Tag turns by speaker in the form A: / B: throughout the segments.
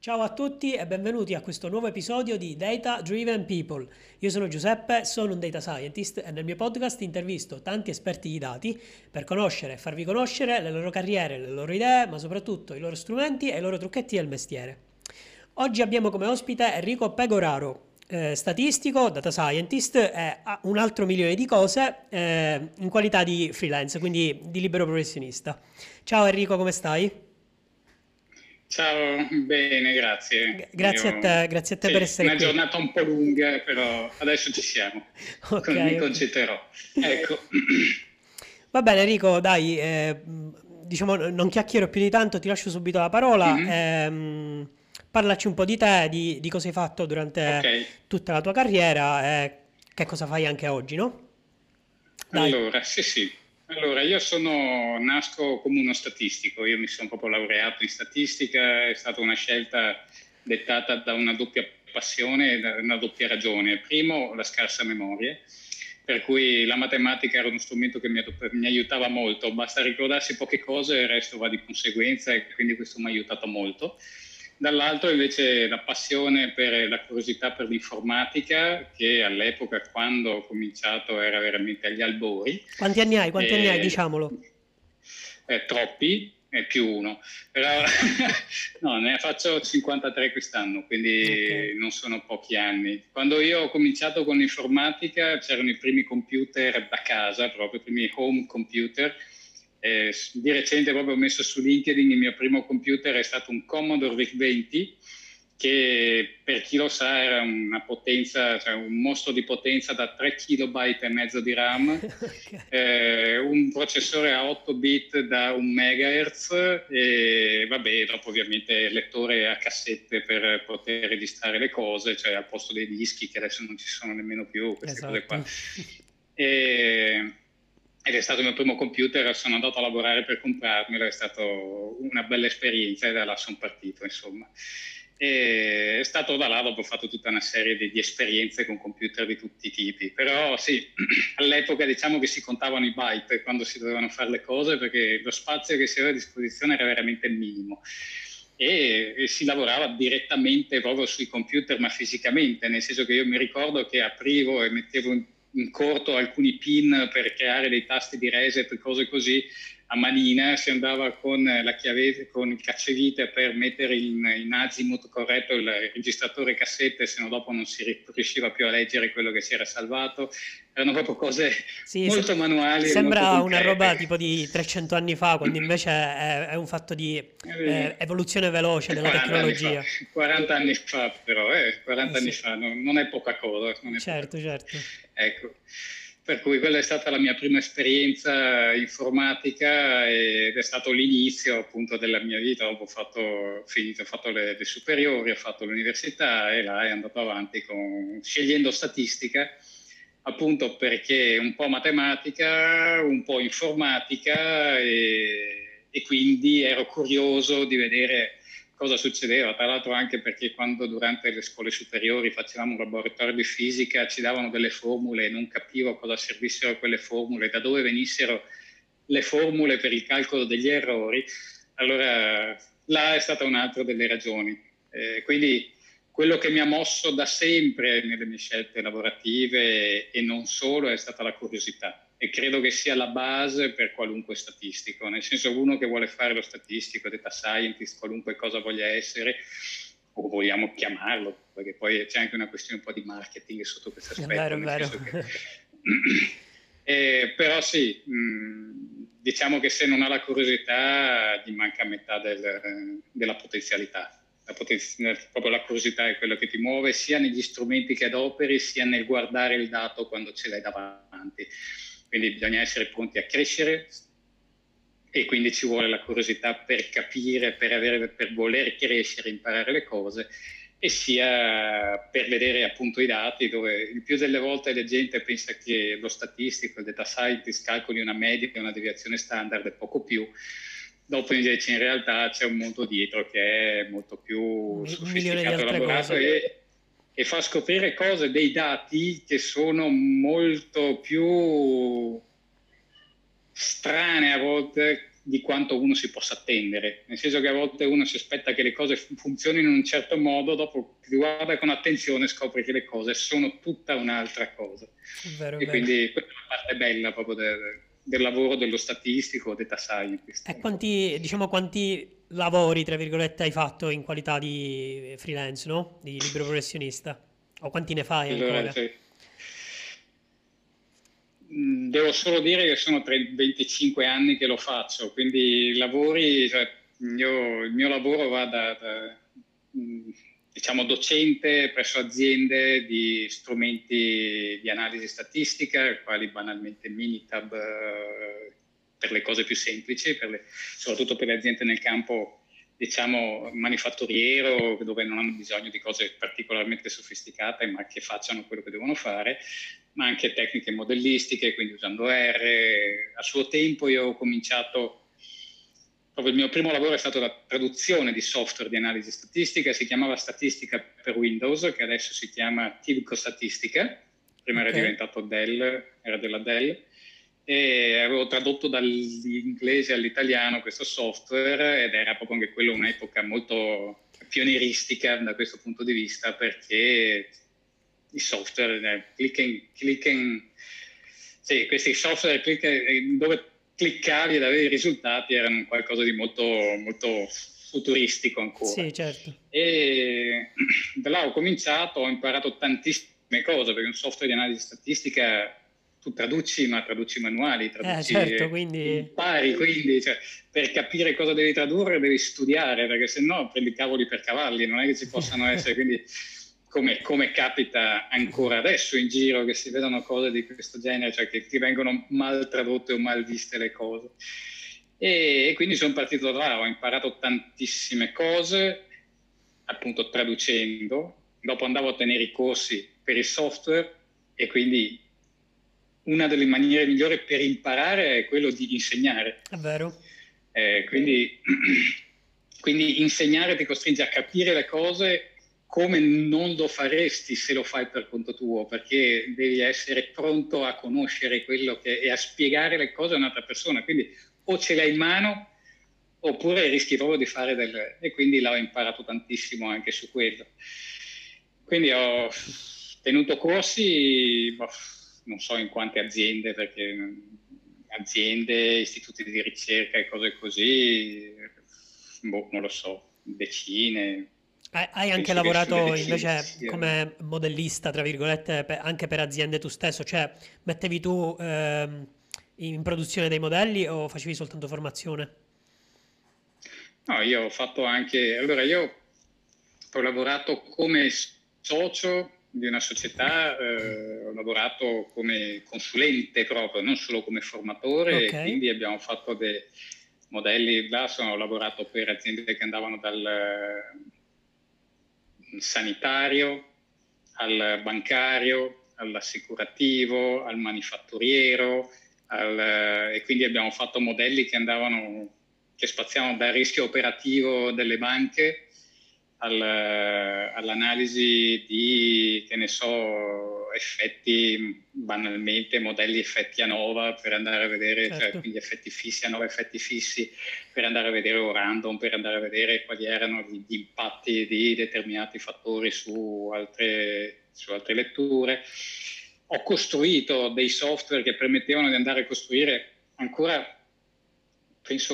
A: Ciao a tutti e benvenuti a questo nuovo episodio di Data Driven People. Io sono Giuseppe, sono un data scientist e nel mio podcast intervisto tanti esperti di dati per conoscere e farvi conoscere le loro carriere, le loro idee, ma soprattutto i loro strumenti e i loro trucchetti del mestiere. Oggi abbiamo come ospite Enrico Pegoraro, statistico, data scientist e un altro milione di cose in qualità di freelance, quindi di libero professionista. Ciao Enrico, come stai?
B: Ciao, bene, grazie.
A: Grazie a te per
B: Sì,
A: essere
B: una
A: qui.
B: giornata un po' lunga, però adesso ci siamo.
A: Ok,
B: Mi
A: ok.
B: concentrerò. Ecco.
A: Va bene Enrico, dai, diciamo non chiacchiero più di tanto, ti lascio subito la parola.
B: Mhm.
A: Parlaci un po' di te, di cosa hai fatto
B: Ok,
A: durante tutta la tua carriera e che cosa fai anche oggi, no? Dai.
B: allora, sì, sì. Allora, io nasco come uno statistico, io mi sono proprio laureato in statistica, è stata una scelta dettata da una doppia passione e da una doppia ragione. Primo, la scarsa memoria, per cui la matematica era uno strumento che mi aiutava molto, basta ricordarsi poche cose e il resto va di conseguenza e quindi questo mi ha aiutato molto. Dall'altro invece la passione per la curiosità per l'informatica, che all'epoca quando ho cominciato era veramente agli albori,
A: Quanti anni hai? Quanti anni hai?
B: e,
A: Diciamolo.
B: troppi, e più uno, però no, ne faccio 53 quest'anno,
A: Ok.
B: quindi non sono pochi anni. Quando io ho cominciato con l'informatica c'erano i primi computer da casa, proprio i primi home computer. Di recente proprio ho messo su LinkedIn il mio primo computer è stato un Commodore VIC-20 che per chi lo sa era una potenza, cioè un mostro di potenza da 3 kilobyte e mezzo di RAM,
A: Ok.
B: un processore a 8 bit da 1 MHz e vabbè, dopo ovviamente lettore a cassette per poter registrare le cose, cioè al posto dei dischi che adesso non ci sono nemmeno più, queste cose qua.
A: Esatto.
B: E, ed è stato il mio primo computer, sono andato a lavorare per comprarmelo, è stata una bella esperienza e da là sono partito, insomma. E è stato da là, dopo ho fatto tutta una serie di esperienze con computer di tutti i tipi, però sì, all'epoca diciamo che si contavano i byte quando si dovevano fare le cose perché lo spazio che si aveva a disposizione era veramente minimo e si lavorava direttamente proprio sui computer, ma fisicamente, nel senso che io mi ricordo che aprivo e mettevo in corto alcuni pin per creare dei tasti di reset, cose così, a manina, si andava con la chiave, con il cacciavite per mettere in azimuth corretto il registratore cassette, se no dopo non si riusciva più a leggere quello che si era salvato. Erano proprio cose
A: Sì,
B: molto manuali e molto
A: sembra una roba
B: concrete.
A: tipo di 300 anni fa, quando invece è un fatto di evoluzione veloce della
B: 40 anni fa,
A: tecnologia.
B: 40 anni fa però, 40 anni
A: Sì,
B: fa, non è poca cosa, non è poca
A: certo,
B: cosa.
A: certo.
B: Ecco, per cui quella è stata la mia prima esperienza informatica ed è stato l'inizio appunto della mia vita. Dopo ho fatto le superiori, ho fatto l'università e là è andato avanti scegliendo statistica, appunto perché un po' matematica, un po' informatica e quindi ero curioso di vedere cosa succedeva. Tra l'altro anche perché quando durante le scuole superiori facevamo un laboratorio di fisica ci davano delle formule e non capivo cosa servissero quelle formule, da dove venissero le formule per il calcolo degli errori. Allora là è stata un'altra delle ragioni. Quindi quello che mi ha mosso da sempre nelle mie scelte lavorative e non solo è stata la curiosità e credo che sia la base per qualunque statistico, nel senso uno che vuole fare lo statistico, data scientist, qualunque cosa voglia essere o vogliamo chiamarlo, perché poi c'è anche una questione un po' di marketing sotto questo
A: È
B: aspetto,
A: vero, è
B: nel
A: vero.
B: senso che però sì, diciamo che se non ha la curiosità gli manca metà della potenzialità. Proprio la curiosità è quello che ti muove sia negli strumenti che adoperi sia nel guardare il dato quando ce l'hai davanti. Quindi bisogna essere pronti a crescere e quindi ci vuole la curiosità per capire, per voler crescere, imparare le cose e sia per vedere appunto i dati dove il più delle volte la gente pensa che lo statistico, il data scientist calcoli una media e una deviazione standard e poco più. Dopo invece in realtà c'è un mondo dietro che è molto più
A: Un milione di
B: sofisticato,
A: altre
B: elaborato
A: cose.
B: e fa scoprire cose dei dati che sono molto più strane a volte di quanto uno si possa attendere, nel senso che a volte uno si aspetta che le cose funzionino in un certo modo, dopo ti guarda con attenzione e scopri che le cose sono tutta un'altra cosa.
A: Vero,
B: E
A: vero.
B: quindi questa è la parte bella proprio del lavoro dello statistico, data scientist.
A: E
B: Ecco.
A: quanti lavori, tra virgolette, hai fatto in qualità di freelance, no? Di libero professionista? O quanti ne fai
B: Allora,
A: ancora?
B: cioè, devo solo dire che sono 25 anni che lo faccio, quindi lavori, cioè, il mio lavoro va mh, diciamo, docente presso aziende di strumenti di analisi statistica, quali banalmente Minitab, per le cose più semplici, soprattutto per le aziende nel campo, diciamo, manifatturiero, dove non hanno bisogno di cose particolarmente sofisticate, ma che facciano quello che devono fare, ma anche tecniche modellistiche, quindi usando R. A suo tempo io ho cominciato, proprio il mio primo lavoro è stato la traduzione di software di analisi statistica, si chiamava Statistica per Windows, che adesso si chiama Tibco Statistica, prima era
A: Ok.
B: diventato Dell, era della Dell, e avevo tradotto dall'inglese all'italiano questo software ed era proprio anche quello un'epoca molto pionieristica da questo punto di vista, perché i software sì, questi software dove cliccavi ed avevi i risultati erano qualcosa di molto, molto futuristico ancora.
A: Sì, certo.
B: E da là ho cominciato, ho imparato tantissime cose, perché un software di analisi statistica tu traduci, ma traduci manuali,
A: Certo, quindi...
B: impari, quindi cioè, per capire cosa devi tradurre devi studiare, perché se no prendi cavoli per cavalli, non è che ci possano essere, quindi come capita ancora adesso in giro che si vedono cose di questo genere, cioè che ti vengono mal tradotte o mal viste le cose. E quindi sono partito da là, ho imparato tantissime cose, appunto traducendo, dopo andavo a tenere i corsi per il software e quindi una delle maniere migliori per imparare è quello di insegnare.
A: È vero.
B: Quindi insegnare ti costringe a capire le cose come non lo faresti se lo fai per conto tuo, perché devi essere pronto a conoscere e a spiegare le cose a un'altra persona. Quindi o ce l'hai in mano oppure rischi proprio di fare E quindi l'ho imparato tantissimo anche su quello. Quindi ho tenuto corsi, non so in quante aziende, perché aziende, istituti di ricerca e cose così, non lo so, decine.
A: Hai anche
B: Penso che sulle
A: lavorato
B: decine ci
A: invece
B: siano.
A: come modellista, tra virgolette, anche per aziende tu stesso, cioè mettevi tu in produzione dei modelli o facevi soltanto formazione?
B: No, io ho fatto anche... Allora, io ho lavorato come socio di una società, ho lavorato come consulente proprio, non solo come formatore,
A: Ok,
B: e quindi abbiamo fatto dei modelli. Là ho lavorato per aziende che andavano dal sanitario al bancario, all'assicurativo, al manifatturiero, e quindi abbiamo fatto modelli che spaziavano dal rischio operativo delle banche all'analisi di, che ne so, effetti, banalmente, modelli effetti ANOVA per andare a vedere, cioè
A: certo.
B: quindi effetti fissi, ANOVA effetti fissi, per andare a vedere o random, per andare a vedere quali erano gli impatti di determinati fattori su altre letture. Ho costruito dei software che permettevano di andare a costruire ancora, penso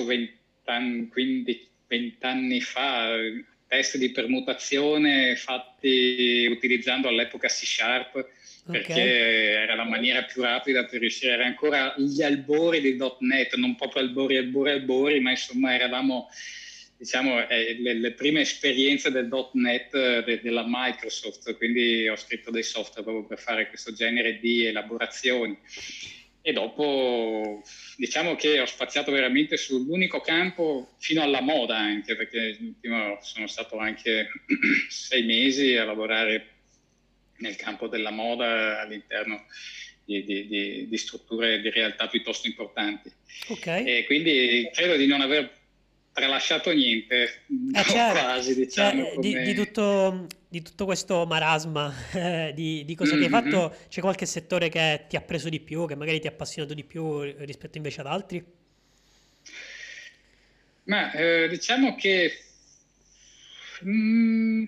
B: 20 anni fa, test di permutazione fatti utilizzando all'epoca C#,
A: Ok,
B: perché era la maniera più rapida per riuscire. Era ancora gli albori di .NET, non proprio albori, ma insomma eravamo, diciamo, le prime esperienze del .NET della Microsoft, quindi ho scritto dei software proprio per fare questo genere di elaborazioni. E dopo, diciamo che ho spaziato veramente sull'unico campo fino alla moda, anche perché sono stato anche 6 mesi a lavorare nel campo della moda all'interno di strutture di realtà piuttosto importanti.
A: ok.
B: E quindi credo di non aver tralasciato niente, o
A: C'è,
B: quasi, diciamo, come...
A: di tutto questo marasma di cose che hai
B: Mm-hmm.
A: fatto, c'è qualche settore che ti ha preso di più, che magari ti ha appassionato di più rispetto invece ad altri?
B: Ma diciamo che mm,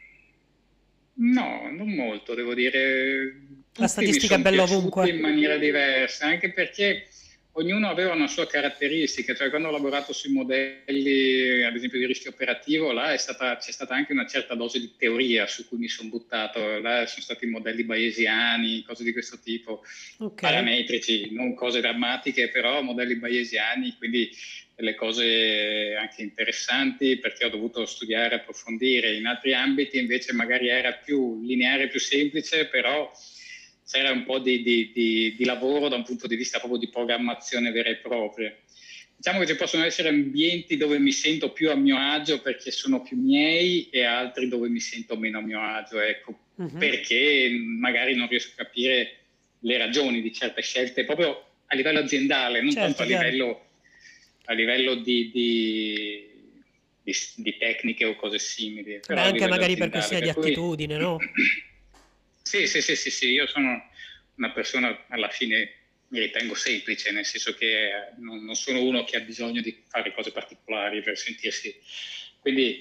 B: no, non molto, devo dire.
A: La
B: Tutti mi
A: statistica è
B: sono
A: bella
B: piaciuti in
A: ovunque.
B: maniera diversa, anche perché ognuno aveva una sua caratteristica. Cioè, quando ho lavorato sui modelli, ad esempio, di rischio operativo, là c'è stata anche una certa dose di teoria su cui mi sono buttato. Là sono stati modelli bayesiani, cose di questo tipo,
A: Ok,
B: parametrici, non cose drammatiche, però modelli bayesiani, quindi delle cose anche interessanti perché ho dovuto studiare, approfondire. In altri ambiti invece magari era più lineare, più semplice, però c'era un po' di lavoro da un punto di vista proprio di programmazione vera e propria. Diciamo che ci possono essere ambienti dove mi sento più a mio agio perché sono più miei e altri dove mi sento meno a mio agio, ecco,
A: mhm.
B: perché magari non riesco a capire le ragioni di certe scelte proprio a livello aziendale, non tanto
A: Certo, chiaro.
B: a livello di tecniche o cose simili,
A: Beh,
B: però a
A: anche
B: livello
A: magari per
B: aziendale.
A: questione di
B: Per cui
A: attitudine, no?
B: sì, io sono una persona alla fine mi ritengo semplice, nel senso che non sono uno che ha bisogno di fare cose particolari per sentirsi. Quindi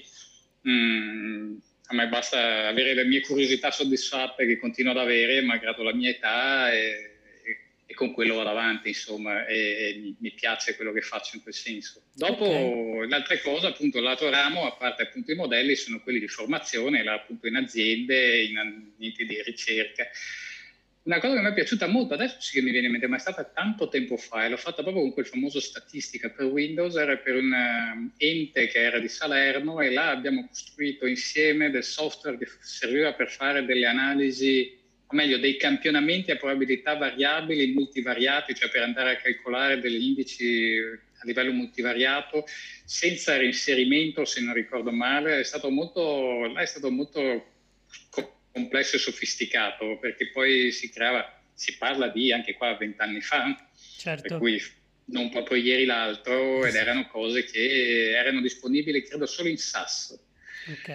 B: a me basta avere le mie curiosità soddisfatte che continuo ad avere, malgrado la mia età, e con quello vado avanti, insomma, e mi piace quello che faccio in quel senso.
A: Ok.
B: Dopo, le altre cose, appunto, l'altro ramo, a parte appunto i modelli, sono quelli di formazione, là, appunto in aziende, in enti di ricerca. Una cosa che mi è piaciuta molto, adesso sì che mi viene in mente, ma è stata tanto tempo fa, e l'ho fatta proprio con quel famoso statistica per Windows, era per un ente che era di Salerno, e là abbiamo costruito insieme del software che serviva per fare delle analisi, o meglio, dei campionamenti a probabilità variabili multivariati, cioè per andare a calcolare degli indici a livello multivariato, senza reinserimento, se non ricordo male. È stato molto complesso e sofisticato, perché poi si parla di anche qua 20 anni fa, per
A: Certo.
B: cui non proprio ieri l'altro, ed erano cose che erano disponibili credo solo in SAS,
A: Ok.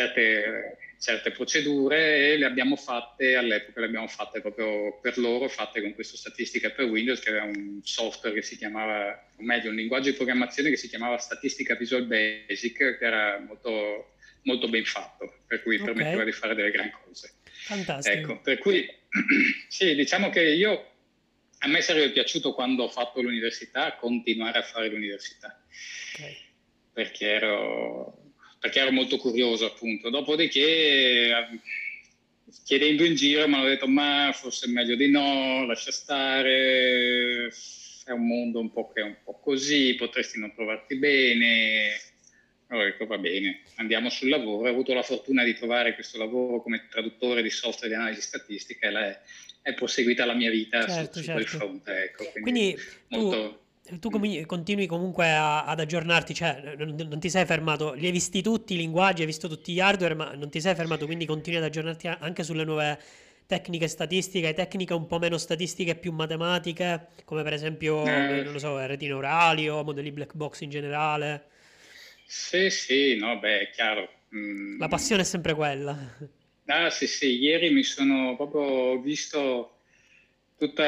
B: certe procedure, e le abbiamo fatte all'epoca, le abbiamo fatte proprio per loro, fatte con questa statistica per Windows, che era un software che si chiamava, o meglio, un linguaggio di programmazione che si chiamava Statistica Visual Basic, che era molto, molto ben fatto, per cui
A: Ok.
B: permetteva di fare delle gran cose.
A: Fantastico.
B: Ecco, per cui sì, diciamo che a me sarebbe piaciuto, quando ho fatto l'università, continuare a fare l'università,
A: Ok.
B: perché ero molto curioso, appunto. Dopodiché, chiedendo in giro, mi hanno detto: ma forse è meglio di no, lascia stare, è un mondo un po' che è un po' così, potresti non trovarti bene. Ho detto: va bene, andiamo sul lavoro. Ho avuto la fortuna di trovare questo lavoro come traduttore di software di analisi statistica, e è proseguita la mia vita
A: Certo,
B: su quel
A: certo.
B: fronte, ecco, quindi
A: Quindi tu,
B: molto.
A: tu continui comunque ad aggiornarti, cioè non ti sei fermato, li hai visti tutti i linguaggi, hai visto tutti gli hardware, ma non ti sei fermato, quindi continui ad aggiornarti anche sulle nuove tecniche statistiche, tecniche un po' meno statistiche e più matematiche, come per esempio,
B: Eh,
A: non lo so, reti neurali o modelli black box in generale.
B: sì, sì, no, beh, è chiaro.
A: La passione è sempre quella.
B: Sì, sì, ieri mi sono proprio visto tutto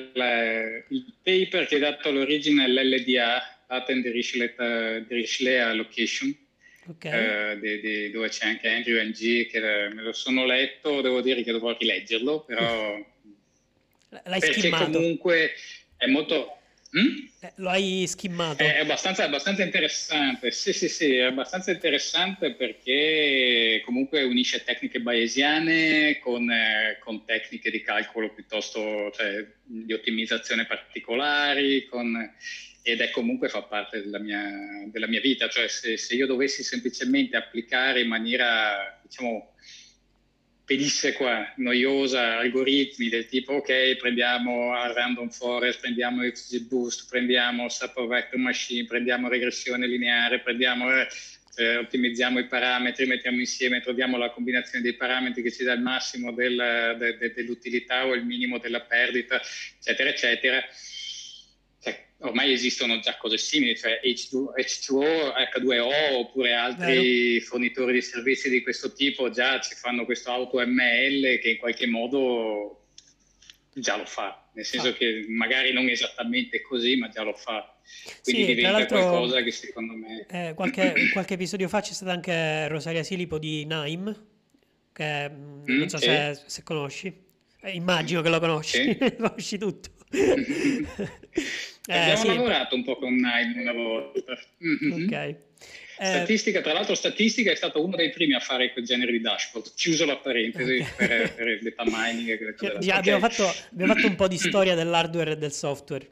B: il paper che ha dato l'origine all'LDA, Latent Dirichlet Allocation,
A: Ok?
B: dove c'è anche Andrew Ng, che me lo sono letto, devo dire che dovrò rileggerlo, però
A: L'hai
B: perché
A: skimmato.
B: comunque è molto.
A: Lo hai
B: È
A: skimmato.
B: abbastanza interessante, sì, sì, sì, è abbastanza interessante perché comunque unisce tecniche bayesiane con tecniche di calcolo piuttosto, cioè di ottimizzazione particolari, ed è comunque fa parte della mia vita, cioè se io dovessi semplicemente applicare in maniera, diciamo, pedissequa, noiosa, algoritmi del tipo: ok, prendiamo a random forest, prendiamo XGBoost, prendiamo Support Vector Machine, prendiamo regressione lineare, ottimizziamo i parametri, mettiamo insieme, troviamo la combinazione dei parametri che ci dà il massimo dell'utilità o il minimo della perdita, eccetera, eccetera. Cioè, ormai esistono già cose simili, cioè H2O, H2O, oppure
A: Vero?
B: altri fornitori di servizi di questo tipo già ci fanno questo AutoML che in qualche modo già lo fa, nel senso
A: Fa.
B: che magari non esattamente così, ma già lo fa. quindi
A: Sì, tra
B: diventa
A: l'altro
B: qualcosa che secondo me...
A: qualche episodio fa c'è stata anche Rosaria Silipo di Naim, che non so
B: Sì,
A: se conosci. Immagino che lo conosci,
B: sì.
A: conosci tutto.
B: Abbiamo
A: Sì,
B: lavorato un po' con Nine una volta.
A: ok.
B: Statistica, tra l'altro Statistica è stato uno dei primi a fare quel genere di dashboard. Chiuso la
A: Ok.
B: parentesi per il data mining e quelle cose là. Ok.
A: Abbiamo fatto un po' di storia dell'hardware e del software.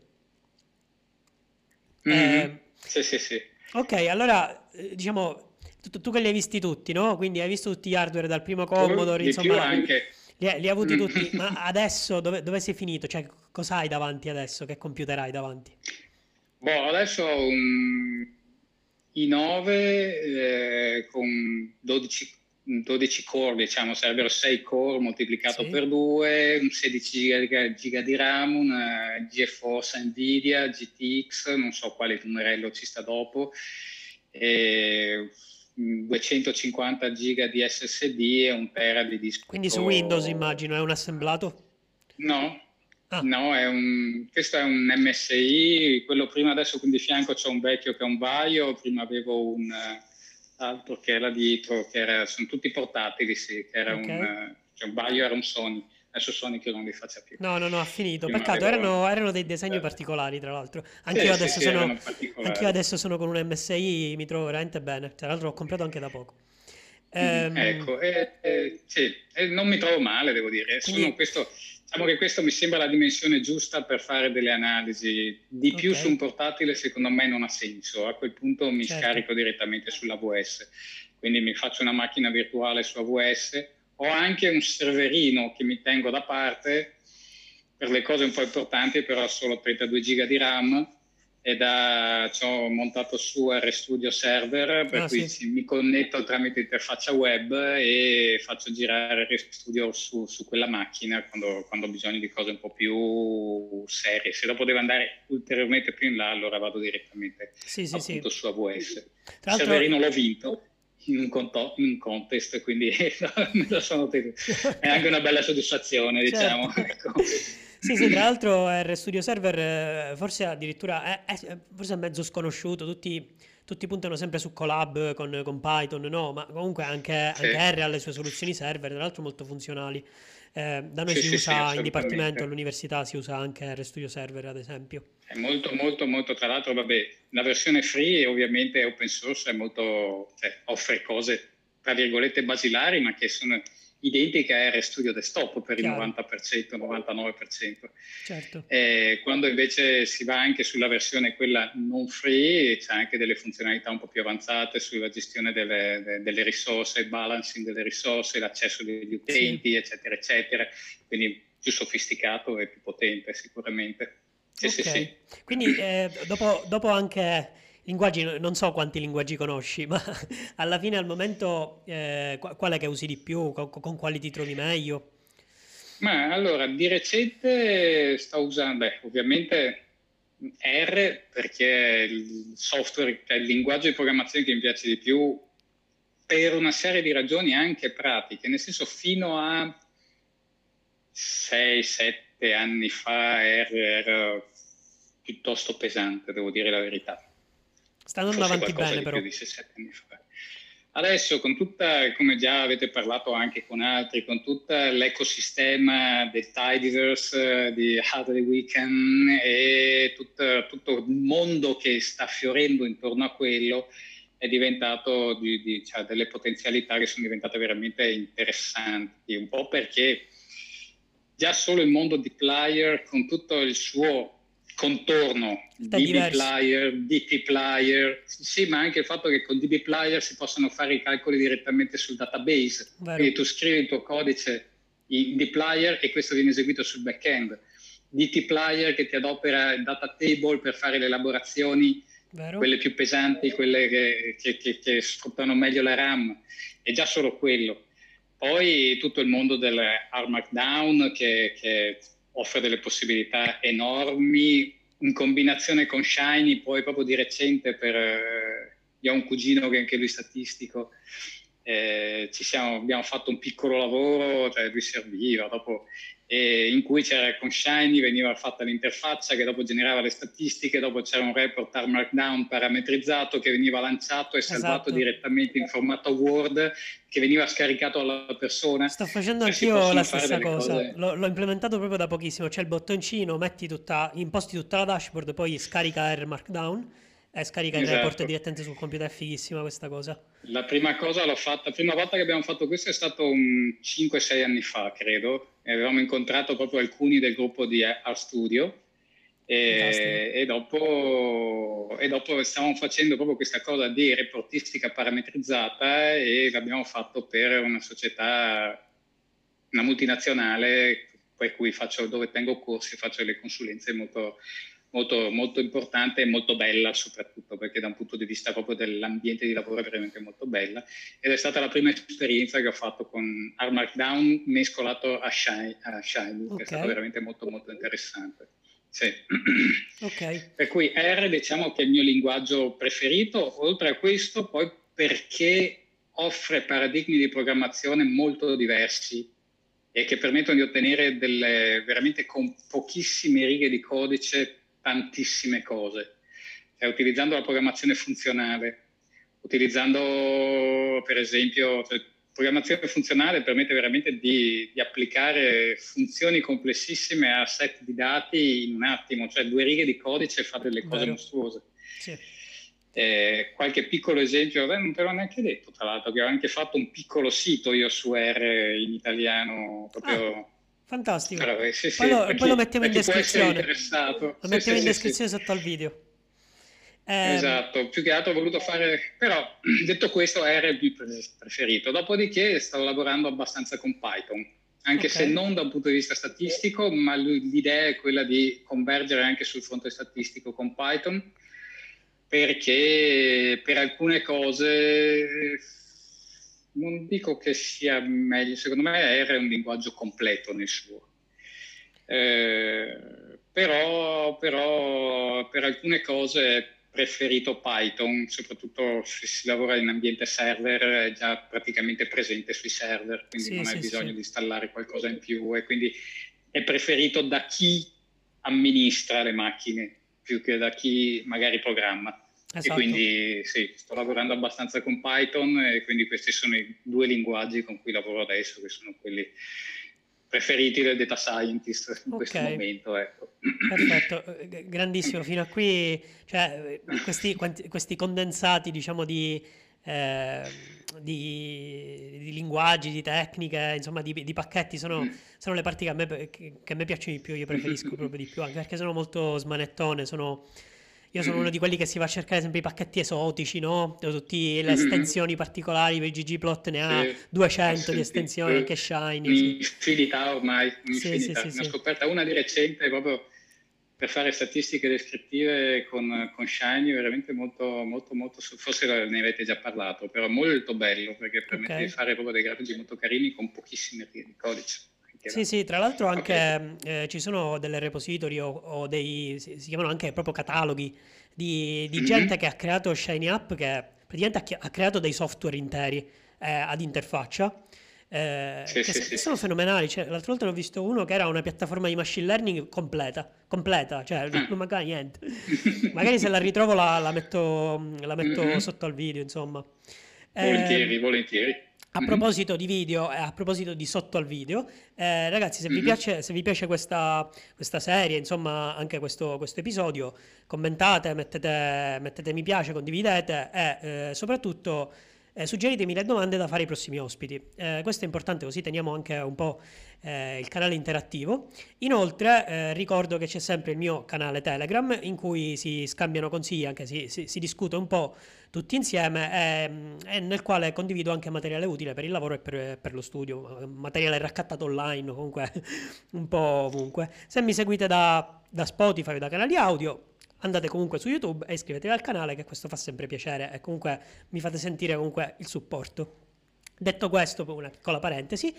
B: Mhm.
A: Eh,
B: Sì, sì, sì.
A: ok, allora diciamo, tu che li hai visti tutti, no? Quindi hai visto tutti gli hardware dal primo
B: Tu
A: Commodore,
B: di più
A: insomma,
B: anche.
A: li hai avuti tutti,
B: Mm.
A: ma adesso dove sei finito? Cioè, cosa hai davanti adesso? Che computer hai davanti?
B: Boh, adesso ho un i9 con 12 core, diciamo, sarebbero 6 core moltiplicato
A: Sì?
B: per 2, un 16 giga di RAM, una GeForce Nvidia, GTX, non so quale numerello ci sta dopo, e 250 giga di SSD e un tera di disco
A: Quindi su Windows
B: duro.
A: immagino, è un assemblato?
B: No,
A: Ah,
B: no, questo è un MSI, quello prima adesso qui di fianco c'è un vecchio che è un Vaio, prima avevo un altro che era dietro, sono tutti portatili, sì, che era
A: ok.
B: cioè un Vaio era un Sony, adesso Sony che non li faccia più.
A: No, no, no, ha finito.
B: Prima
A: Peccato,
B: avevo...
A: erano dei disegni particolari, tra l'altro.
B: Sì, sì, sì, erano
A: Anch'io
B: particolari.
A: adesso sono con un MSI, mi trovo veramente bene. Tra l'altro l'ho comprato anche da poco.
B: Ecco, sì, non mi trovo male, devo dire.
A: Quindi,
B: Diciamo che questo mi sembra la dimensione giusta per fare delle analisi. Di più
A: ok,
B: su un portatile, secondo me, non ha senso. A quel punto mi
A: certo.
B: scarico direttamente sull'AWS. Quindi mi faccio una macchina virtuale su AWS. Ho anche un serverino che mi tengo da parte per le cose un po' importanti, però ha solo 32 giga di RAM ci ho montato su RStudio Server, per
A: Ah,
B: cui
A: sì.
B: mi connetto tramite interfaccia web e faccio girare RStudio su quella macchina quando ho bisogno di cose un po' più serie. Se dopo devo andare ulteriormente più in là, allora vado direttamente
A: Sì, sì, sì.
B: appunto su AWS.
A: Tra
B: Il
A: l'altro,
B: serverino l'ho vinto in un contest, quindi me lo sono tenuto. È anche una bella soddisfazione,
A: certo.
B: diciamo. Ecco.
A: Sì, sì, tra l'altro RStudio Server forse addirittura forse è mezzo sconosciuto, tutti puntano sempre su Colab con Python, no, ma comunque anche
B: Sì,
A: R ha le sue soluzioni server, tra l'altro molto funzionali. Da noi
B: sì,
A: si
B: sì, sì,
A: usa in dipartimento,
B: assolutamente.
A: all'università si usa anche RStudio Server, ad esempio.
B: È molto, molto, molto, tra l'altro, vabbè, la versione free ovviamente è open source, è molto, cioè, offre cose, tra virgolette, basilari, ma che sono identiche a RStudio Desktop per il
A: Chiaro,
B: 90%, 99%.
A: certo.
B: Quando invece si va anche sulla versione quella non free, c'è anche delle funzionalità un po' più avanzate sulla gestione delle risorse, il balancing delle risorse, l'accesso degli
A: Sì.
B: utenti, eccetera, eccetera. Quindi più sofisticato e più potente sicuramente. Sì, sì, sì.
A: Ok, quindi dopo anche linguaggi, non so quanti linguaggi conosci, ma alla fine al momento quale che usi di più, con quali ti trovi meglio?
B: Ma allora, di recente sto usando, beh, ovviamente R perché è il software, cioè il linguaggio di programmazione che mi piace di più per una serie di ragioni anche pratiche, nel senso fino a 6-7 anni fa R era piuttosto pesante, devo dire la verità.
A: Sta andando
B: Forse
A: avanti
B: qualcosa
A: bene
B: di più
A: però.
B: di 6-7 anni fa. Adesso, con tutta, come già avete parlato anche con altri, con tutto l'ecosistema del Tidyverse, di Hardware Weekend e tutto il mondo che sta fiorendo intorno a quello, è diventato cioè, delle potenzialità che sono diventate veramente interessanti, un po' perché già solo il mondo di player con tutto il suo contorno,
A: È
B: DB
A: diverso,
B: player, DT player, sì, ma anche il fatto che con DB player si possono fare i calcoli direttamente sul database,
A: vero?
B: quindi tu scrivi il tuo codice in dplyr e questo viene eseguito sul back-end. DTPlayer che ti adopera il data table per fare le elaborazioni,
A: Vero?
B: quelle più pesanti, quelle che sfruttano meglio la RAM, è già solo quello. Poi tutto il mondo del hard markdown che offre delle possibilità enormi, in combinazione con Shiny, poi proprio di recente io ho un cugino che anche lui è statistico, Abbiamo fatto un piccolo lavoro, cioè lui serviva dopo, in cui c'era con Shiny, veniva fatta l'interfaccia che dopo generava le statistiche, dopo c'era un report a Markdown parametrizzato che veniva lanciato e salvato direttamente in formato Word, che veniva scaricato alla persona.
A: Sto facendo anch'io la stessa cosa, l'ho implementato proprio da pochissimo, c'è il bottoncino, imposti tutta la dashboard, poi scarica R Markdown e scarica il report direttamente sul computer. È fighissima questa cosa.
B: La prima cosa l'ho fatta, la prima volta che abbiamo fatto questo è stato 5-6 anni fa, credo, e avevamo incontrato proprio alcuni del gruppo di RStudio e dopo stavamo facendo proprio questa cosa di reportistica parametrizzata e l'abbiamo fatto per una società, una multinazionale, per cui dove tengo corsi, faccio le consulenze molto importante e molto bella, soprattutto perché da un punto di vista proprio dell'ambiente di lavoro è veramente molto bella, ed è stata la prima esperienza che ho fatto con R Markdown mescolato a Shiny, che è stato veramente molto molto interessante. Sì. Per cui R, diciamo che è il mio linguaggio preferito, oltre a questo poi perché offre paradigmi di programmazione molto diversi e che permettono di ottenere veramente con pochissime righe di codice tantissime cose, cioè, utilizzando la programmazione funzionale, utilizzando per esempio, programmazione funzionale permette veramente di applicare funzioni complessissime a set di dati in un attimo, cioè 2 righe di codice e fa delle cose mostruose. Sì. Qualche piccolo esempio, non te l'ho neanche detto, tra l'altro, che ho anche fatto un piccolo sito io su R in italiano, proprio...
A: Fantastico.
B: Però, sì,
A: poi lo mettiamo in descrizione.
B: Lo
A: mettiamo in descrizione sotto al video.
B: Esatto, più che altro ho voluto fare, però detto questo R è il mio preferito. Dopodiché sto lavorando abbastanza con Python, anche se non da un punto di vista statistico, ma l'idea è quella di convergere anche sul fronte statistico con Python, perché per alcune cose... non dico che sia meglio, secondo me R è un linguaggio completo nel suo, però per alcune cose è preferito Python, soprattutto se si lavora in ambiente server, è già praticamente presente sui server, quindi non hai bisogno di installare qualcosa in più, e quindi è preferito da chi amministra le macchine più che da chi magari programma. Esatto. E quindi sì, sto lavorando abbastanza con Python e quindi questi sono i 2 linguaggi con cui lavoro adesso, che sono quelli preferiti del data scientist in questo momento. Ecco.
A: Perfetto, grandissimo. Fino a qui, cioè, questi condensati, diciamo, di linguaggi, di tecniche, insomma, di pacchetti sono le parti che a me piacciono di più, io preferisco proprio di più, anche perché sono molto smanettone, io sono uno di quelli che si va a cercare sempre i pacchetti esotici, no? Tutte le estensioni particolari, per ggplot ne ha 200 di estensioni, anche Shiny.
B: Infinità ormai, infinità. Ne ho scoperta una di recente proprio per fare statistiche descrittive con Shiny, veramente molto, molto, molto, forse ne avete già parlato, però molto bello, perché permette di fare proprio dei grafici molto carini con pochissime righe di codice.
A: Sì, tra l'altro anche ci sono delle repository o si chiamano anche proprio cataloghi di gente che ha creato Shiny App, che praticamente ha creato dei software interi ad interfaccia, che sono fenomenali. Cioè, l'altra volta ne ho visto uno che era una piattaforma di machine learning completa, cioè non mancava niente. Magari se la ritrovo la metto sotto al video, insomma.
B: Volentieri.
A: A proposito di video e a proposito di sotto al video, ragazzi, se vi piace questa serie, insomma, anche questo episodio, commentate, mettete mi piace, condividete e soprattutto suggeritemi le domande da fare ai prossimi ospiti. Questo è importante, così teniamo anche un po' il canale interattivo. Inoltre ricordo che c'è sempre il mio canale Telegram in cui si scambiano consigli, anche si discute un po' tutti insieme e nel quale condivido anche materiale utile per il lavoro e per lo studio, materiale raccattato online, comunque un po' ovunque. Se mi seguite da Spotify o da canali audio, andate comunque su YouTube e iscrivetevi al canale, che questo fa sempre piacere e comunque mi fate sentire comunque il supporto. Detto questo, una piccola parentesi,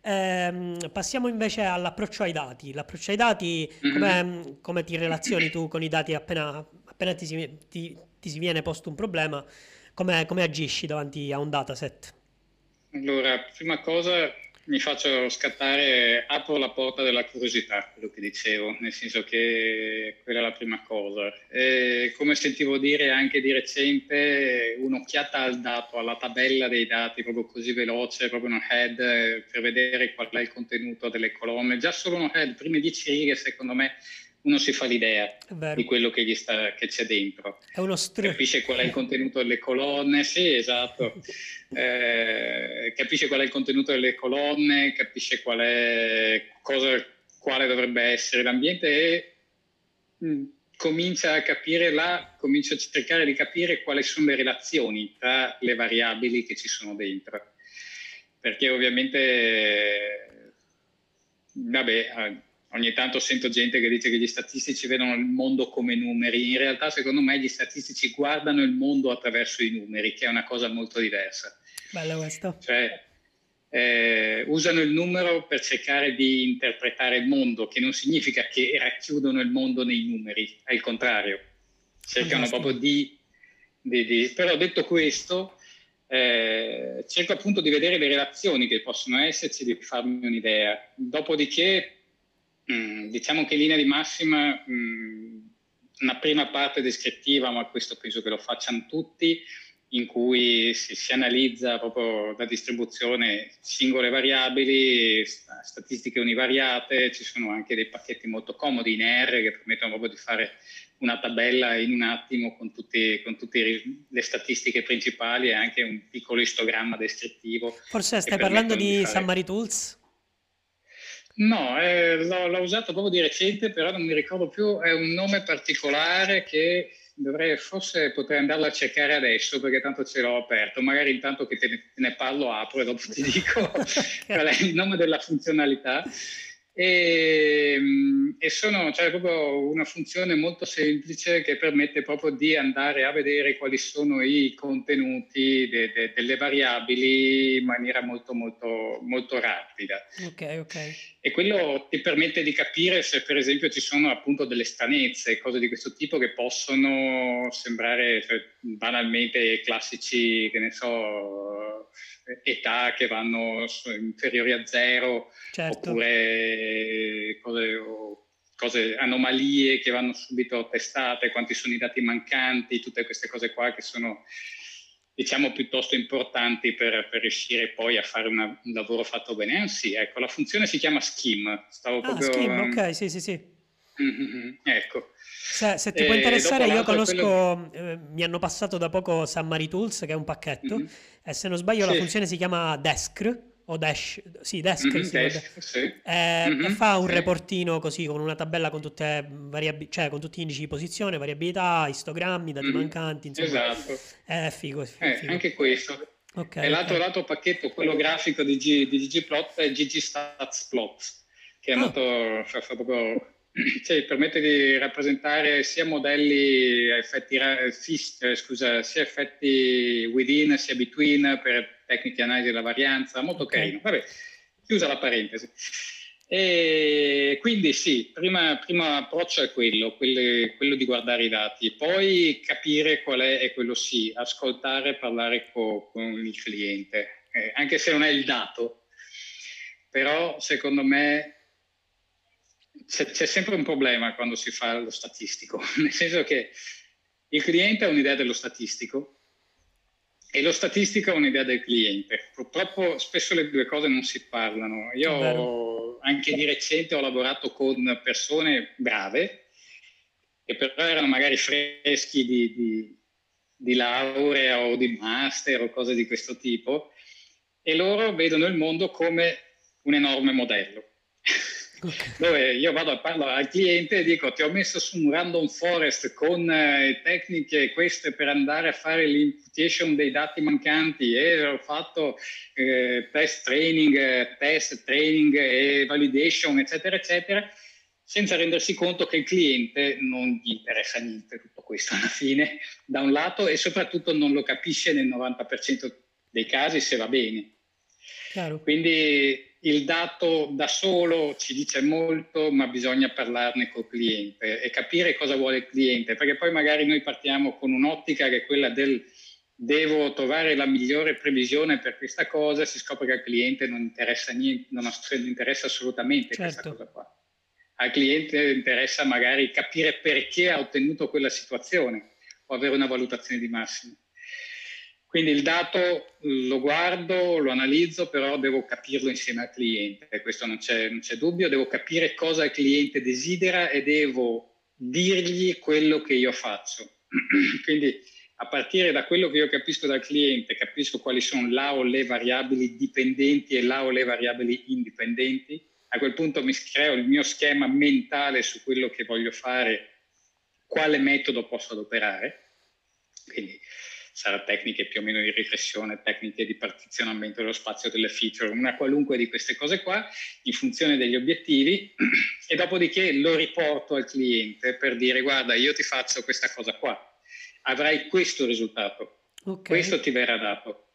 A: passiamo invece all'approccio ai dati. L'approccio ai dati, come ti relazioni tu con i dati appena ti si viene posto un problema, come agisci davanti a un dataset?
B: Allora, prima cosa mi faccio scattare, apro la porta della curiosità, quello che dicevo, nel senso che quella è la prima cosa. E come sentivo dire anche di recente, un'occhiata al dato, alla tabella dei dati, proprio così veloce, proprio una head per vedere qual è il contenuto delle colonne. Già solo una head, prime 10 righe, secondo me, uno si fa l'idea
A: È vero.
B: di quello che c'è dentro,
A: È uno
B: capisce qual è il contenuto delle colonne, sì, esatto, capisce qual è il contenuto delle colonne, capisce quale dovrebbe essere l'ambiente e comincia a cercare di capire quali sono le relazioni tra le variabili che ci sono dentro. Perché ovviamente, vabbè, ogni tanto sento gente che dice che gli statistici vedono il mondo come numeri. In realtà, secondo me, gli statistici guardano il mondo attraverso i numeri, che è una cosa molto diversa.
A: Bella questa.
B: Cioè, usano il numero per cercare di interpretare il mondo, che non significa che racchiudono il mondo nei numeri, è il contrario. Cercano proprio Però detto questo, cerco appunto di vedere le relazioni che possono esserci, di farmi un'idea. Dopodiché, diciamo che in linea di massima, una prima parte descrittiva, ma questo penso che lo facciano tutti, in cui si analizza proprio la distribuzione singole variabili, statistiche univariate, ci sono anche dei pacchetti molto comodi in R che permettono proprio di fare una tabella in un attimo con tutte le statistiche principali e anche un piccolo istogramma descrittivo.
A: Forse stai parlando di
B: fare...
A: Summary Tools?
B: No, l'ho usato proprio di recente, però non mi ricordo più, è un nome particolare che forse potrei andarlo a cercare adesso perché tanto ce l'ho aperto, magari intanto che te ne parlo apro e dopo ti dico qual è il nome della funzionalità. C'è proprio una funzione molto semplice che permette proprio di andare a vedere quali sono i contenuti delle variabili in maniera molto molto molto rapida.
A: Ok.
B: E quello ti permette di capire se per esempio ci sono appunto delle stranezze, cose di questo tipo che possono sembrare banalmente classici, che ne so, età che vanno inferiori a 0,
A: Certo.
B: oppure cose, anomalie che vanno subito testate, quanti sono i dati mancanti, tutte queste cose qua che sono, diciamo, piuttosto importanti per riuscire poi a fare un lavoro fatto bene. Sì, ecco, la funzione si chiama Scheme.
A: Scheme, ok, sì.
B: Ecco.
A: Se ti può interessare, io conosco,
B: quello...
A: mi hanno passato da poco Summary Tools, che è un pacchetto, e se non sbaglio la
B: Sì.
A: funzione si chiama Deskr, o Dash, sì, Deskr,
B: sì.
A: E fa un reportino così, con una tabella con tutte cioè con tutti gli indici di posizione, variabilità, istogrammi, dati mancanti, insomma.
B: Esatto.
A: È figo.
B: Anche questo.
A: Okay,
B: E l'altro pacchetto, quello grafico di ggplot, è ggstatsplot, che è molto, fa proprio, cioè, permette di rappresentare sia modelli sia effetti within sia between per tecniche di analisi della varianza, molto carino. Vabbè, chiusa la parentesi. E quindi sì, prima approccio è quello di guardare i dati, poi capire qual è, e quello sì, ascoltare, parlare con il cliente, anche se non è il dato, però secondo me c'è sempre un problema quando si fa lo statistico, nel senso che il cliente ha un'idea dello statistico e lo statistico ha un'idea del cliente. Purtroppo spesso le due cose non si parlano. Io anche di recente ho lavorato con persone brave, che però erano magari freschi di laurea o di master o cose di questo tipo, e loro vedono il mondo come un enorme modello. Dove io parlo al cliente e dico: ti ho messo su un random forest con tecniche queste per andare a fare l'imputation dei dati mancanti, e ho fatto test training e validation, eccetera eccetera, senza rendersi conto che il cliente non gli interessa niente tutto questo alla fine, da un lato, e soprattutto non lo capisce nel 90% dei casi se va bene.
A: Chiaro.
B: Quindi il dato da solo ci dice molto, ma bisogna parlarne col cliente e capire cosa vuole il cliente, perché poi magari noi partiamo con un'ottica che è quella del devo trovare la migliore previsione per questa cosa, si scopre che al cliente non interessa niente, non interessa assolutamente questa
A: Certo.
B: cosa qua. Al cliente interessa magari capire perché ha ottenuto quella situazione o avere una valutazione di massimo. Quindi il dato lo guardo, lo analizzo, però devo capirlo insieme al cliente, questo non c'è dubbio, devo capire cosa il cliente desidera e devo dirgli quello che io faccio. Quindi a partire da quello che io capisco dal cliente, capisco quali sono la o le variabili dipendenti e la o le variabili indipendenti. A quel punto mi creo il mio schema mentale su quello che voglio fare, quale metodo posso adoperare. Quindi sarà tecniche più o meno di riflessione, tecniche di partizionamento dello spazio delle feature, una qualunque di queste cose qua, in funzione degli obiettivi, e dopodiché lo riporto al cliente per dire: guarda, io ti faccio questa cosa qua, avrai questo risultato, questo ti verrà dato.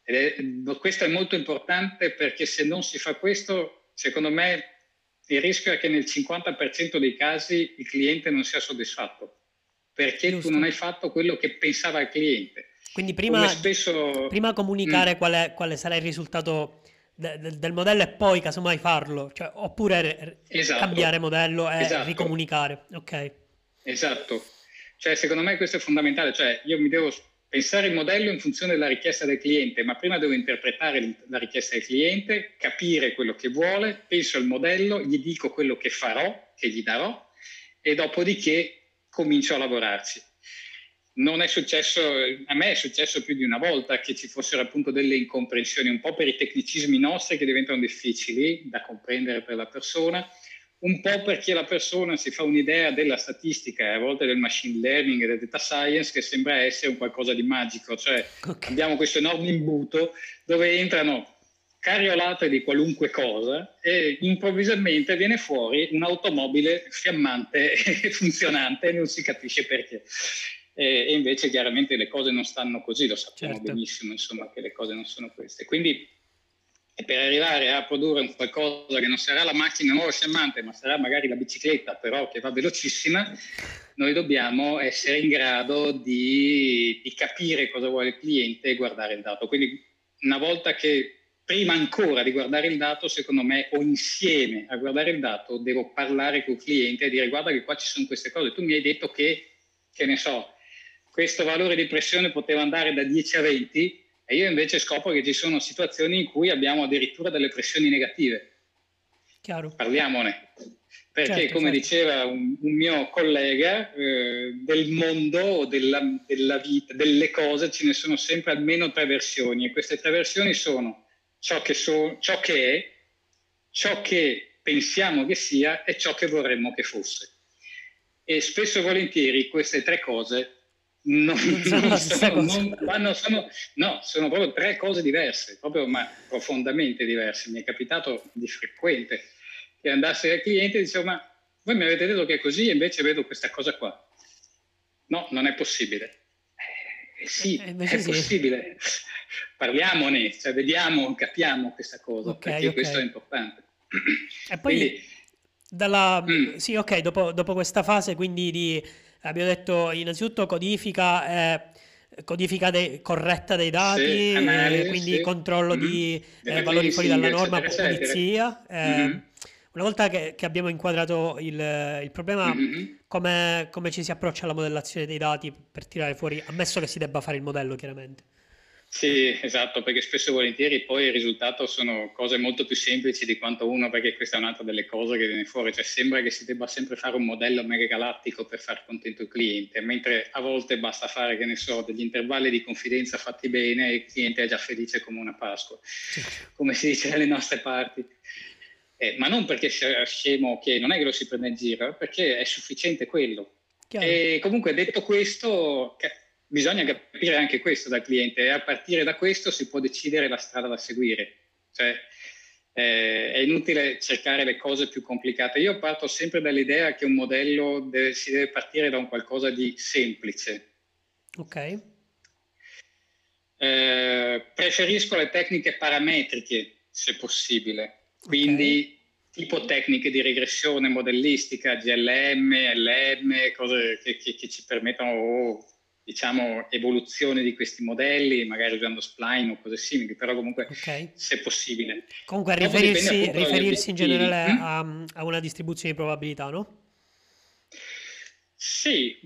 B: Questo è molto importante, perché se non si fa questo, secondo me il rischio è che nel 50% dei casi il cliente non sia soddisfatto, perché
A: Giusto.
B: tu non hai fatto quello che pensava il cliente.
A: Quindi prima comunicare quale sarà il risultato del modello e poi casomai farlo, cioè, oppure cambiare modello e ricomunicare. Ok.
B: Esatto. Cioè, secondo me questo è fondamentale. Cioè, io mi devo pensare il modello in funzione della richiesta del cliente, ma prima devo interpretare la richiesta del cliente, capire quello che vuole, penso al modello, gli dico quello che farò, che gli darò, e dopodiché comincio a lavorarci. Non è successo, a me è successo più di una volta che ci fossero appunto delle incomprensioni, un po' per i tecnicismi nostri che diventano difficili da comprendere per la persona, un po' perché la persona si fa un'idea della statistica e a volte del machine learning e del data science, che sembra essere un qualcosa di magico. Cioè, abbiamo questo enorme imbuto dove entrano cariolate di qualunque cosa e improvvisamente viene fuori un'automobile fiammante e funzionante e non si capisce perché. E invece chiaramente le cose non stanno così, lo sappiamo benissimo, insomma, che le cose non sono queste. Quindi per arrivare a produrre un qualcosa che non sarà la macchina nuova fiammante, ma sarà magari la bicicletta, però che va velocissima, noi dobbiamo essere in grado di capire cosa vuole il cliente e guardare il dato. Quindi una volta che, prima ancora di guardare il dato, secondo me, o insieme a guardare il dato, devo parlare col cliente e dire: guarda che qua ci sono queste cose, tu mi hai detto che ne so, questo valore di pressione poteva andare da 10 a 20, e io invece scopro che ci sono situazioni in cui abbiamo addirittura delle pressioni negative.
A: Chiaro.
B: Parliamone. Perché come diceva un mio collega, del mondo, della vita, delle cose, ce ne sono sempre almeno 3 versioni, e queste 3 versioni sono ciò che è, ciò che pensiamo che sia e ciò che vorremmo che fosse. E spesso e volentieri queste 3 cose sono proprio 3 cose diverse, proprio, ma profondamente diverse. Mi è capitato di frequente che andassi al cliente e dicevo: ma voi mi avete detto che è così, e invece vedo questa cosa qua. No, non è possibile. Sì, è possibile. Parliamone, cioè vediamo, capiamo questa cosa, perché questo è importante.
A: E poi sì, ok, dopo questa fase quindi abbiamo detto innanzitutto codifica corretta dei dati,
B: analisi,
A: quindi controllo di valori fuori dalla norma, pulizia. Una volta che abbiamo inquadrato il problema, come ci si approccia alla modellazione dei dati per tirare fuori, ammesso che si debba fare il modello, chiaramente.
B: Sì, esatto, perché spesso e volentieri poi il risultato sono cose molto più semplici di quanto uno, perché questa è un'altra delle cose che viene fuori, cioè sembra che si debba sempre fare un modello mega galattico per far contento il cliente, mentre a volte basta fare, che ne so, degli intervalli di confidenza fatti bene e il cliente è già felice come una Pasqua, come si dice dalle nostre parti. Ma non perché sia scemo, che non è che lo si prende in giro, perché è sufficiente quello. Chiaro. E comunque, detto questo, bisogna capire anche questo dal cliente, e a partire da questo si può decidere la strada da seguire. Cioè, è inutile cercare le cose più complicate. Io parto sempre dall'idea che un modello si deve partire da un qualcosa di semplice.
A: Ok.
B: Preferisco le tecniche parametriche, se possibile. Quindi tipo tecniche di regressione modellistica, GLM, LM, cose che ci permettono, diciamo, evoluzione di questi modelli, magari usando spline o cose simili, però comunque se è possibile.
A: Comunque riferirsi in generale a una distribuzione di probabilità, no?
B: Sì,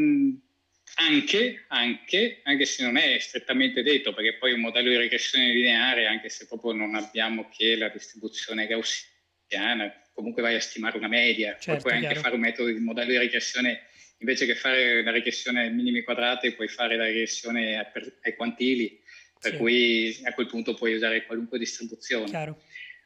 B: anche se non è strettamente detto, perché poi un modello di regressione lineare, anche se proprio non abbiamo che la distribuzione gaussiana, comunque vai a stimare una media,
A: certo,
B: poi puoi anche fare un metodo di modello di regressione, invece che fare la regressione ai minimi quadrati, puoi fare la regressione ai quantili, per cui a quel punto puoi usare qualunque distribuzione.
A: Chiaro.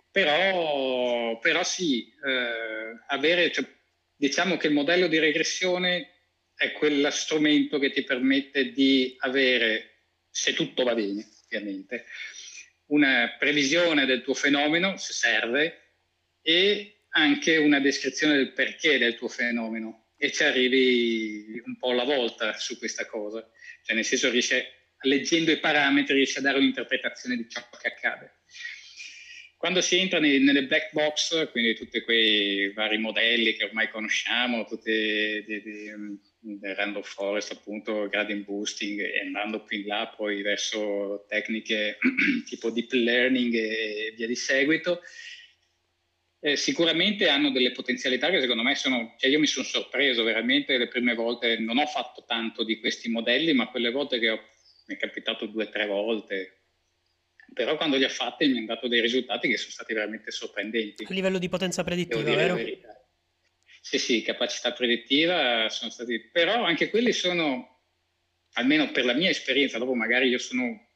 B: Però sì, diciamo che il modello di regressione è quello strumento che ti permette di avere, se tutto va bene, ovviamente, una previsione del tuo fenomeno, se serve, e anche una descrizione del perché del tuo fenomeno. E ci arrivi un po' alla volta su questa cosa. Cioè, nel senso, leggendo i parametri, riesci a dare un'interpretazione di ciò che accade. Quando si entra nelle black box, quindi tutti quei vari modelli che ormai conosciamo, tutti del random forest, appunto, gradient boosting, e andando più in là poi verso tecniche tipo deep learning e via di seguito, sicuramente hanno delle potenzialità che secondo me cioè io mi sono sorpreso veramente le prime volte, non ho fatto tanto di questi modelli, ma quelle volte che mi è capitato 2 o 3 volte, però quando li ho fatti mi hanno dato dei risultati che sono stati veramente sorprendenti.
A: A livello di potenza predittiva, vero?
B: Sì, capacità predittiva sono stati, però anche quelli sono, almeno per la mia esperienza, dopo magari io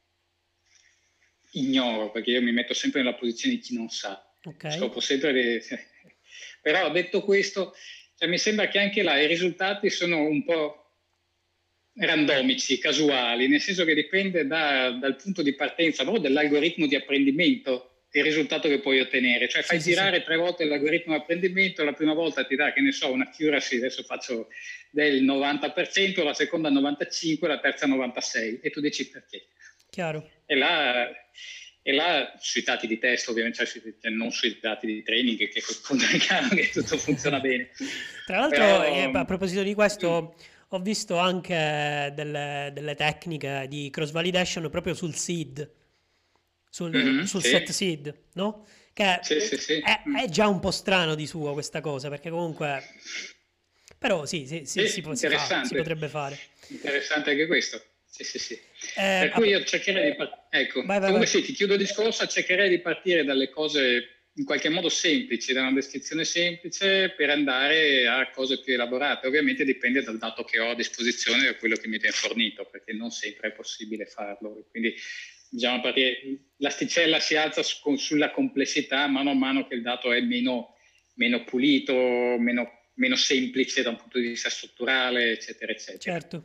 B: ignoro, perché io mi metto sempre nella posizione di chi non sa. Scopro sempre però detto questo, cioè, mi sembra che anche là i risultati sono un po' randomici, casuali, nel senso che dipende dal punto di partenza, proprio dell'algoritmo di apprendimento, il risultato che puoi ottenere. Cioè fai girare 3 volte l'algoritmo di apprendimento, la prima volta ti dà, che ne so, una accuracy, adesso faccio del 90%, la seconda 95%, la terza 96%, e tu dici perché.
A: Chiaro.
B: E là sui dati di test, ovviamente, cioè non sui dati di training, che a quel punto è chiaro che tutto funziona bene.
A: Tra l'altro, a proposito di questo, ho visto anche delle tecniche di cross validation proprio sul seed, sul set seed, no? Che è già un po' strano di suo questa cosa, perché comunque... Però si potrebbe fare.
B: Interessante anche questo. Sì. Per cui io cercherei di partire, ti chiudo il discorso, cercherei di partire dalle cose in qualche modo semplici, da una descrizione semplice, per andare a cose più elaborate. Ovviamente dipende dal dato che ho a disposizione e da quello che mi viene fornito, perché non sempre è possibile farlo. Quindi bisogna partire, l'asticella si alza sulla complessità mano a mano che il dato è meno pulito, meno semplice da un punto di vista strutturale, eccetera, eccetera.
A: Certo.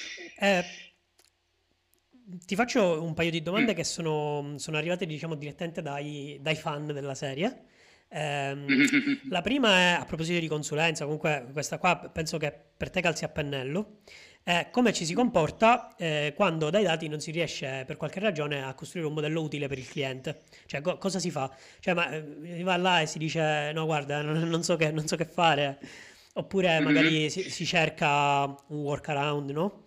A: Ti faccio un paio di domande che sono arrivate, diciamo, direttamente dai fan della serie. La prima è a proposito di consulenza, comunque questa qua penso che per te calzi a pennello. Come ci si comporta quando dai dati non si riesce per qualche ragione a costruire un modello utile per il cliente? Cioè, cosa si fa? Cioè, si va là e si dice no, guarda, non so che fare, oppure magari si cerca un workaround, no?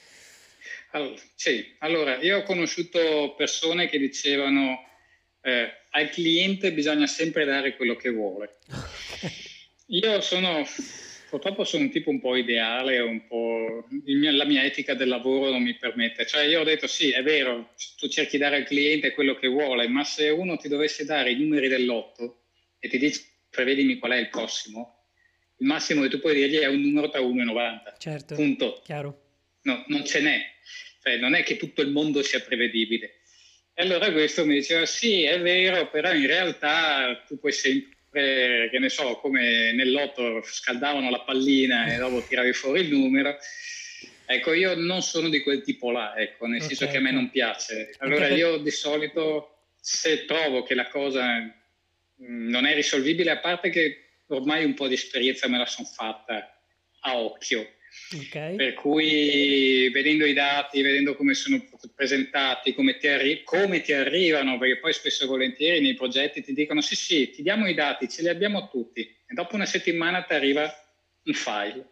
B: Allora, io ho conosciuto persone che dicevano al cliente bisogna sempre dare quello che vuole. Io purtroppo sono un tipo un po' ideale, la mia etica del lavoro non mi permette. Cioè io ho detto sì, è vero, tu cerchi di dare al cliente quello che vuole, ma se uno ti dovesse dare i numeri del lotto e ti dice prevedimi qual è il prossimo, il massimo che tu puoi dirgli è un numero tra 1 e 90.
A: Certo,
B: punto.
A: Chiaro.
B: No, non ce n'è. Cioè, non è che tutto il mondo sia prevedibile. E allora questo mi diceva sì, è vero, però in realtà tu puoi sempre, che ne so, come nel lotto scaldavano la pallina e dopo tiravi fuori il numero. Ecco, io non sono di quel tipo là, ecco, nel senso che a me non piace. Allora io di solito, se trovo che la cosa non è risolvibile, a parte che ormai un po' di esperienza me la sono fatta a occhio, per cui vedendo i dati, vedendo come sono presentati, come ti arrivano, perché poi spesso e volentieri nei progetti ti dicono sì, ti diamo i dati, ce li abbiamo tutti, e dopo una settimana ti arriva un file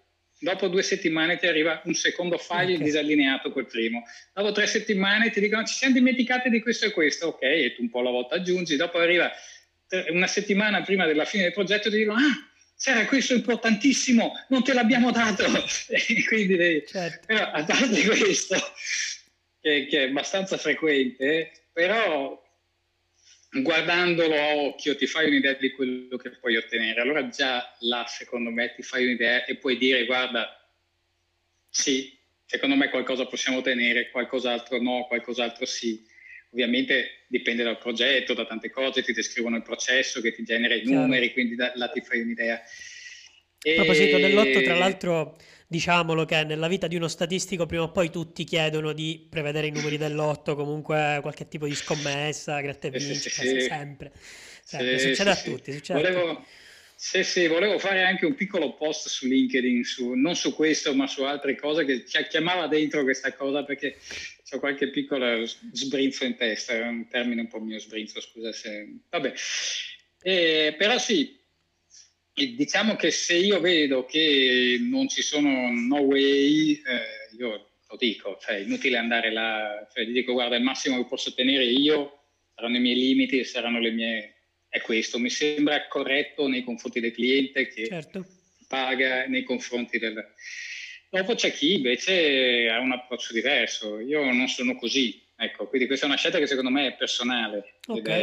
B: Dopo 2 settimane ti arriva un secondo file disallineato col primo. Dopo 3 settimane ti dicono ci siamo dimenticati di questo e questo, ok, e tu un po' alla volta aggiungi. Dopo arriva una settimana prima della fine del progetto ti dicono c'era questo importantissimo, non te l'abbiamo dato. E quindi però, a parte questo, che è abbastanza frequente, però guardandolo a occhio ti fai un'idea di quello che puoi ottenere. Allora già là, secondo me, ti fai un'idea e puoi dire guarda, sì, secondo me qualcosa possiamo ottenere, qualcos'altro no, qualcos'altro sì. Ovviamente dipende dal progetto, da tante cose, ti descrivono il processo che ti genera i numeri, quindi là ti fai un'idea.
A: A proposito dell'otto, tra l'altro, diciamolo che nella vita di uno statistico prima o poi tutti chiedono di prevedere i numeri dell'otto, comunque qualche tipo di scommessa, gratta e vinci, sempre. Succede a tutti,
B: volevo fare anche un piccolo post su LinkedIn, non su questo, ma su altre cose che ci chiamava dentro questa cosa, perché ho qualche piccolo sbrinzo in testa, è un termine un po' mio, sbrinzo, scusa se... Vabbè. Però sì, diciamo che se io vedo che non ci sono no way, io lo dico, cioè è inutile andare là, cioè gli dico guarda il massimo che posso ottenere io saranno i miei limiti, saranno le mie... È questo, mi sembra corretto nei confronti del cliente che paga, nei confronti del... Dopo c'è chi invece ha un approccio diverso, io non sono così, ecco, quindi questa è una scelta che secondo me è personale.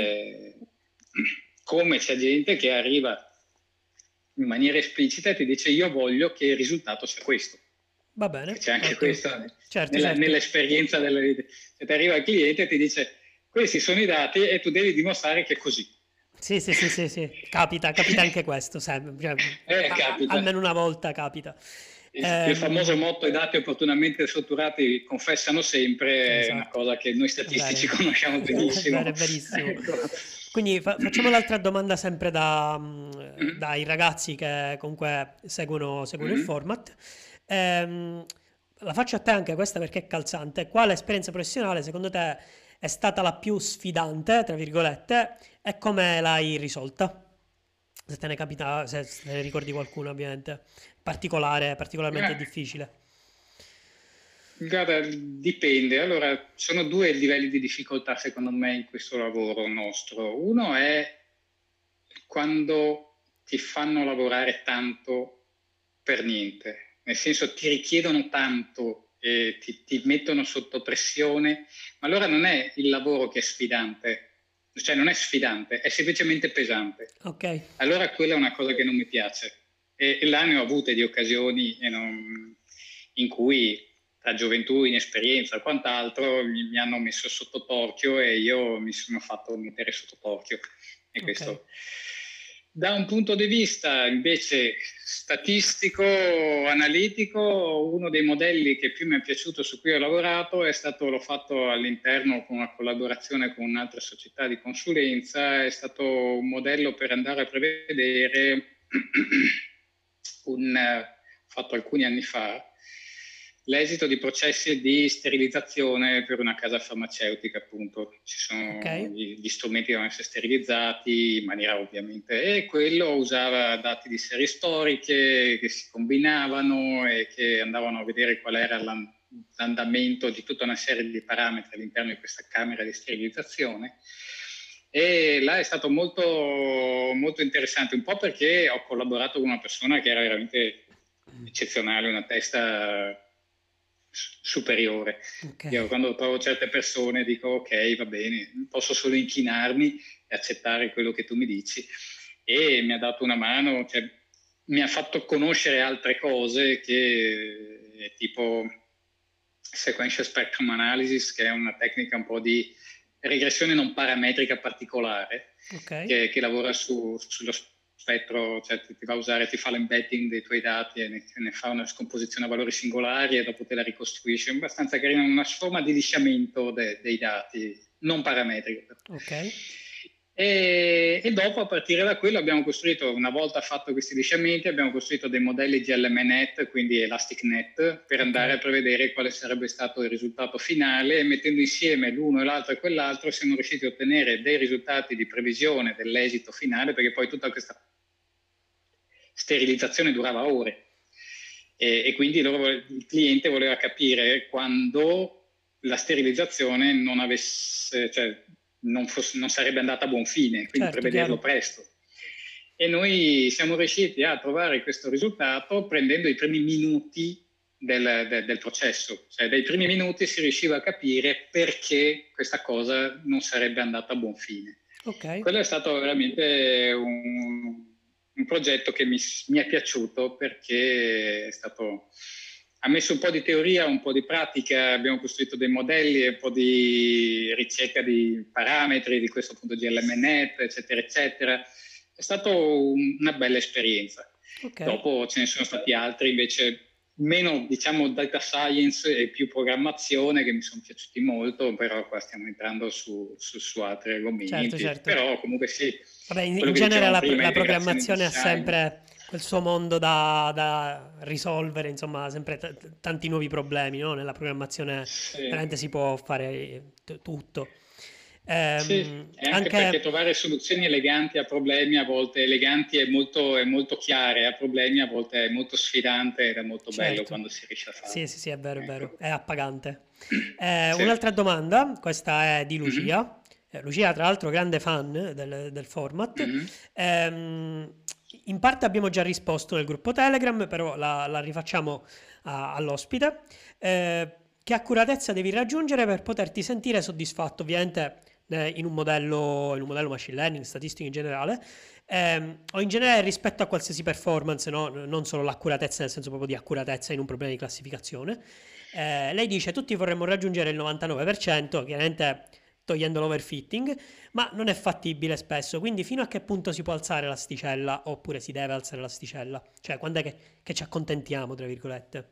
B: Come c'è gente che arriva in maniera esplicita e ti dice io voglio che il risultato sia questo.
A: Va bene.
B: C'è anche questo nell'esperienza della vita. Se ti arriva il cliente e ti dice questi sono i dati e tu devi dimostrare che è così.
A: Sì. Capita anche questo, sempre.
B: Capita.
A: Almeno una volta capita.
B: Il famoso motto i dati opportunamente strutturati confessano sempre, è una cosa che noi statistici conosciamo benissimo.
A: È verissimo. Ecco. Quindi facciamo l'altra domanda sempre dai ragazzi che comunque seguono il format. La faccio a te anche questa perché è calzante. Quale esperienza professionale secondo te è stata la più sfidante, tra virgolette, e come l'hai risolta? Se te ne capita, se ne ricordi qualcuno ovviamente, particolarmente difficile.
B: Guarda, dipende. Allora, sono 2 livelli di difficoltà secondo me in questo lavoro nostro. Uno è quando ti fanno lavorare tanto per niente, nel senso ti richiedono tanto e ti mettono sotto pressione, ma allora non è il lavoro che è sfidante, cioè non è sfidante, è semplicemente pesante.
A: Ok.
B: Allora quella è una cosa che non mi piace e là ne ho avute di occasioni in cui tra gioventù, inesperienza e quant'altro mi hanno messo sotto torchio e io mi sono fatto mettere sotto torchio. E questo da un punto di vista invece statistico, analitico, uno dei modelli che più mi è piaciuto, su cui ho lavorato, l'ho fatto all'interno con una collaborazione con un'altra società di consulenza, è stato un modello per andare a prevedere fatto alcuni anni fa, l'esito di processi di sterilizzazione per una casa farmaceutica, appunto. Ci sono gli strumenti devono essere sterilizzati in maniera ovviamente, e quello usava dati di serie storiche che si combinavano e che andavano a vedere qual era l'andamento di tutta una serie di parametri all'interno di questa camera di sterilizzazione. E là è stato molto, molto interessante, un po' perché ho collaborato con una persona che era veramente eccezionale, una testa superiore. Io quando trovo certe persone dico ok, va bene, posso solo inchinarmi e accettare quello che tu mi dici, e mi ha dato una mano, cioè, mi ha fatto conoscere altre cose che tipo sequential spectrum analysis, che è una tecnica un po' di regressione non parametrica particolare, che lavora sullo spettro, cioè ti va a usare, ti fa l'embedding dei tuoi dati e ne fa una scomposizione a valori singolari e dopo te la ricostruisce. È abbastanza carina, una forma di lisciamento dei dati non parametrico. E dopo, a partire da quello, abbiamo costruito, una volta fatto questi lisciamenti, abbiamo costruito dei modelli GLMNet, quindi ElasticNet, per andare a prevedere quale sarebbe stato il risultato finale, e mettendo insieme l'uno e l'altro e quell'altro siamo riusciti a ottenere dei risultati di previsione dell'esito finale, perché poi tutta questa sterilizzazione durava ore. e quindi il cliente voleva capire quando la sterilizzazione non avesse, cioè non sarebbe andata a buon fine, quindi
A: Certo,
B: prevederlo
A: chiaro.
B: presto. E noi siamo riusciti a trovare questo risultato prendendo i primi minuti del processo, cioè dai primi minuti si riusciva a capire perché questa cosa non sarebbe andata a buon fine.
A: Ok.
B: Quello è stato veramente un progetto che mi è piaciuto perché ha messo un po' di teoria, un po' di pratica, abbiamo costruito dei modelli, un po' di ricerca di parametri, di questo appunto GLMNet, eccetera, eccetera. È stata una bella esperienza.
A: Ok.
B: Dopo ce ne sono stati altri invece meno, diciamo, data science e più programmazione che mi sono piaciuti molto, però qua stiamo entrando su altri argomenti.
A: Certo.
B: Però comunque sì,
A: Vabbè, in
B: quello che
A: genere
B: dicevamo prima,
A: la
B: integrazione
A: programmazione ha
B: design.
A: sempre quel suo mondo da risolvere, insomma, sempre tanti nuovi problemi, no? Nella programmazione
B: Sì.
A: veramente si può fare tutto.
B: Sì, e anche perché trovare soluzioni eleganti a problemi a volte eleganti è molto chiare, a problemi a volte è molto sfidante ed è molto bello quando si riesce a farlo.
A: Sì, è vero,
B: Ecco.
A: è appagante.
B: Sì.
A: Un'altra domanda, questa è di Lucia.
B: Mm-hmm.
A: Lucia, tra l'altro, grande fan del format.
B: Mm-hmm.
A: In parte abbiamo già risposto nel gruppo Telegram, però la rifacciamo all'ospite. Che accuratezza devi raggiungere per poterti sentire soddisfatto, ovviamente in un modello machine learning, statistico in generale, o in generale rispetto a qualsiasi performance, no? Non solo l'accuratezza nel senso proprio di accuratezza in un problema di classificazione. Lei dice tutti vorremmo raggiungere il 99%, chiaramente togliendo l'overfitting, ma non è fattibile spesso, quindi fino a che punto si può alzare l'asticella oppure si deve alzare l'asticella? Cioè quando è che ci accontentiamo, tra virgolette?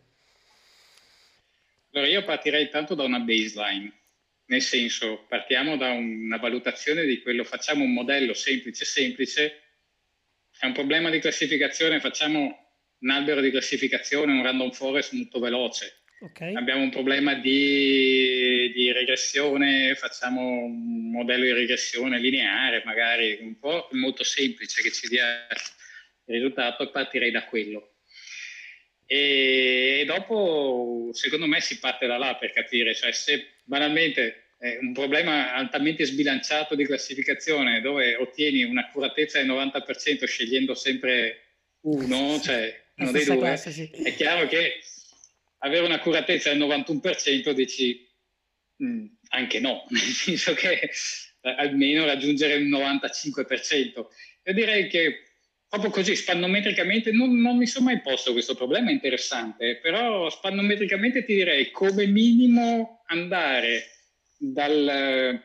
B: Allora io partirei tanto da una baseline, nel senso partiamo da una valutazione di quello, facciamo un modello semplice, è un problema di classificazione, facciamo un albero di classificazione, un random forest molto veloce.
A: Okay.
B: Abbiamo un problema di regressione, facciamo un modello di regressione lineare, magari un po' molto semplice che ci dia il risultato, e partirei da quello. E dopo, secondo me, si parte da là per capire, cioè se banalmente un problema altamente sbilanciato di classificazione dove ottieni un'accuratezza del 90% scegliendo sempre uno, cioè uno dei due,
A: classe, sì.
B: È chiaro che avere un'accuratezza del 91% dici anche no, nel senso che almeno raggiungere un 95%. Io direi che proprio così, spannometricamente, non mi sono mai posto questo problema, è interessante, però spannometricamente ti direi come minimo andare dal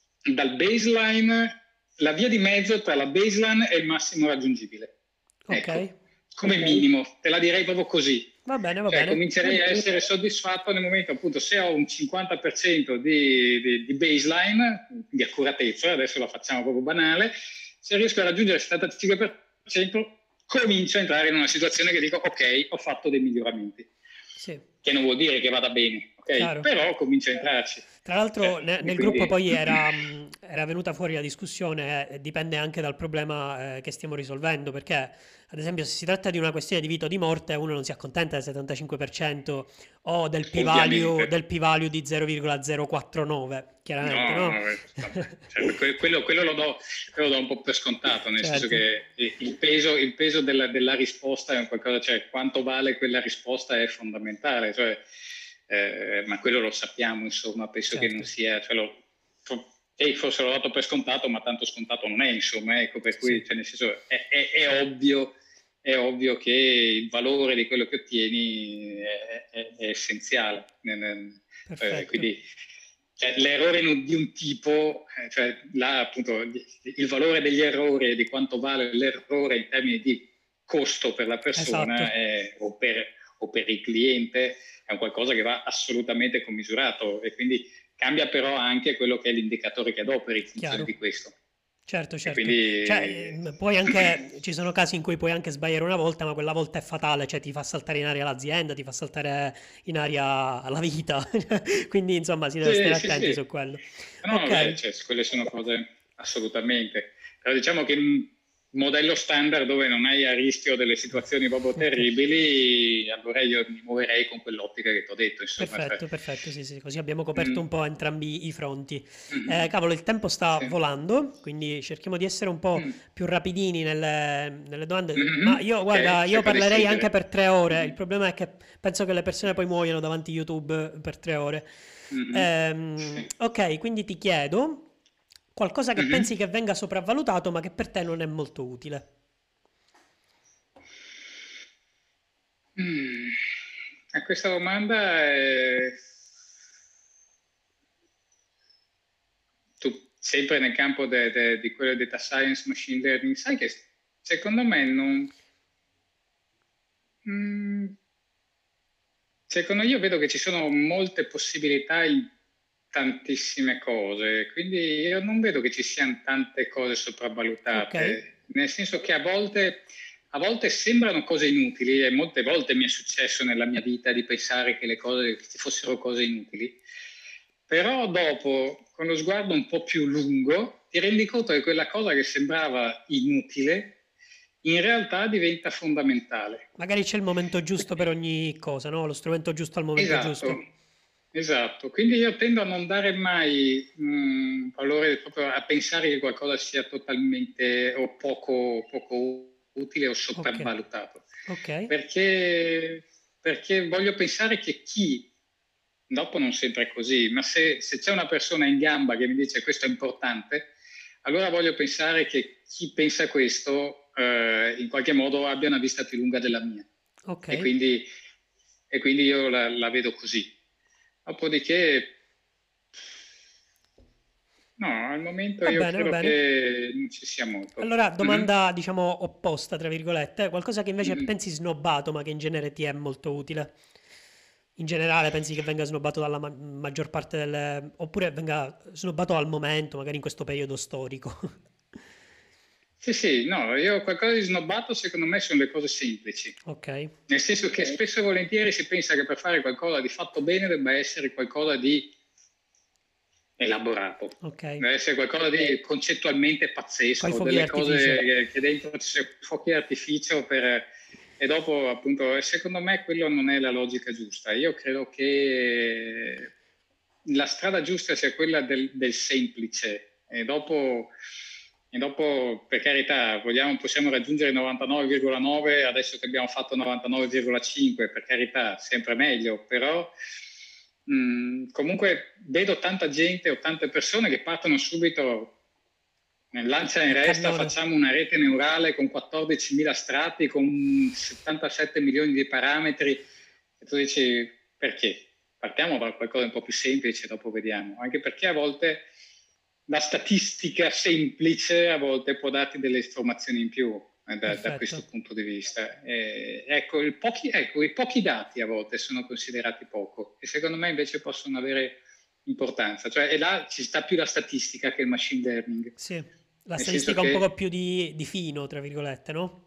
B: baseline, la via di mezzo tra la baseline e il massimo raggiungibile.
A: Ok.
B: Ecco, come minimo, te la direi proprio così.
A: Va bene.
B: Comincerei a essere soddisfatto nel momento, appunto, se ho un 50% di baseline, di accuratezza, adesso la facciamo proprio banale, se riesco a raggiungere il 75%, comincio a entrare in una situazione che dico ok, ho fatto dei miglioramenti,
A: sì.
B: Che non vuol dire che vada bene, ok? Però comincio a entrarci.
A: Tra l'altro nel gruppo poi era venuta fuori la discussione, dipende anche dal problema che stiamo risolvendo, perché ad esempio se si tratta di una questione di vita o di morte uno non si accontenta del 75% o del p-value di 0,049, chiaramente, no?
B: Cioè, quello lo do un po' per scontato, nel senso che il peso della risposta è qualcosa, cioè quanto vale quella risposta è fondamentale, cioè ma quello lo sappiamo, insomma, penso che non sia, forse l'ho dato per scontato, ma tanto scontato non è, insomma, ecco, per cui cioè, nel senso, è ovvio che il valore di quello che ottieni è essenziale. Quindi l'errore di un tipo, cioè là appunto il valore degli errori e di quanto vale l'errore in termini di costo per la persona o per il cliente è un qualcosa che va assolutamente commisurato e quindi cambia però anche quello che è l'indicatore che adoperi in funzione di questo.
A: Certo.
B: Quindi...
A: poi anche ci sono casi in cui puoi anche sbagliare una volta, ma quella volta è fatale, cioè ti fa saltare in aria l'azienda, ti fa saltare in aria la vita. Quindi insomma si deve stare attenti su quello.
B: No, quelle sono cose assolutamente. Però diciamo che modello standard dove non hai a rischio delle situazioni proprio terribili, allora io mi muoverei con quell'ottica che ti ho detto, insomma. Cioè,
A: Perfetto, sì, sì, così abbiamo coperto un po' entrambi i fronti.
B: mm,
A: Cavolo, il tempo sta
B: sì.
A: volando, quindi cerchiamo di essere un po'
B: Mm,
A: più rapidini nelle domande. Ma
B: mhm,
A: io,
B: ok,
A: guarda, io
B: cerco di
A: parlerei anche
B: stringere.
A: per 3 ore. Il
B: Mhm,
A: problema è che penso che le persone poi muoiono davanti a YouTube per 3 ore.
B: mhm, sì.
A: Ok, quindi ti chiedo qualcosa che pensi
B: Mhm.
A: che venga sopravvalutato, ma che per te non è molto utile.
B: Mm. Questa domanda è tu, sempre nel campo di quello di data science, machine learning, sai che secondo me non... mm, secondo io vedo che ci sono molte possibilità in tantissime cose, quindi io non vedo che ci siano tante cose
A: Ok,
B: sopravvalutate, nel senso che a volte sembrano cose inutili e molte volte mi è successo nella mia vita di pensare che le cose che ci fossero cose inutili, però dopo, con lo sguardo un po' più lungo, ti rendi conto che quella cosa che sembrava inutile in realtà diventa fondamentale.
A: magari c'è il momento giusto per ogni cosa, no? Lo strumento giusto al momento
B: Esatto,
A: giusto.
B: esatto. Quindi io tendo a non dare mai valore proprio a pensare che qualcosa sia totalmente o poco utile o
A: Ok,
B: sopravvalutato,
A: ok.
B: perché, perché voglio pensare che chi, dopo non sempre è così, ma se c'è una persona in gamba che mi dice questo è importante, allora voglio pensare che chi pensa questo in qualche modo abbia una vista più lunga della mia
A: Ok,
B: e quindi, e quindi io la vedo così. Dopodiché, no, al momento io
A: va
B: credo
A: bene.
B: che non ci sia molto.
A: Allora,
B: Mhm,
A: domanda diciamo opposta, tra virgolette, qualcosa che invece
B: mhm.
A: pensi snobbato, ma che in genere ti è molto utile. In generale pensi che venga snobbato dalla maggior parte delle... oppure venga snobbato al momento, magari in questo periodo storico.
B: Sì, sì, no, io qualcosa di snobbato secondo me sono le cose semplici.
A: Ok,
B: Nel senso che spesso e volentieri si pensa che per fare qualcosa di fatto bene debba essere qualcosa di elaborato,
A: ok.
B: deve essere qualcosa di concettualmente
A: Coi
B: pazzesco,
A: fuochi
B: delle
A: d'artificio.
B: cose che dentro ci sono fuochi d'artificio e dopo appunto secondo me quello non è la logica giusta. Io credo che la strada giusta sia quella del semplice e dopo per carità possiamo raggiungere il 99,9 adesso che abbiamo fatto 99,5 per carità sempre meglio però comunque vedo tanta gente o tante persone che partono subito lancia in
A: A
B: resta,
A: cannone.
B: facciamo una rete neurale con 14.000 strati, con 77 milioni di parametri, e tu dici perché? Partiamo da qualcosa un po' più semplice, dopo vediamo, anche perché a volte la statistica semplice a volte può darti delle informazioni in più da
A: Perfetto.
B: questo punto di vista. Ecco, i pochi dati a volte sono considerati poco e secondo me invece possono avere importanza, cioè e là ci sta più la statistica che il machine learning,
A: Sì. La
B: nel senso
A: statistica un po'
B: che
A: più di fino, tra virgolette, no?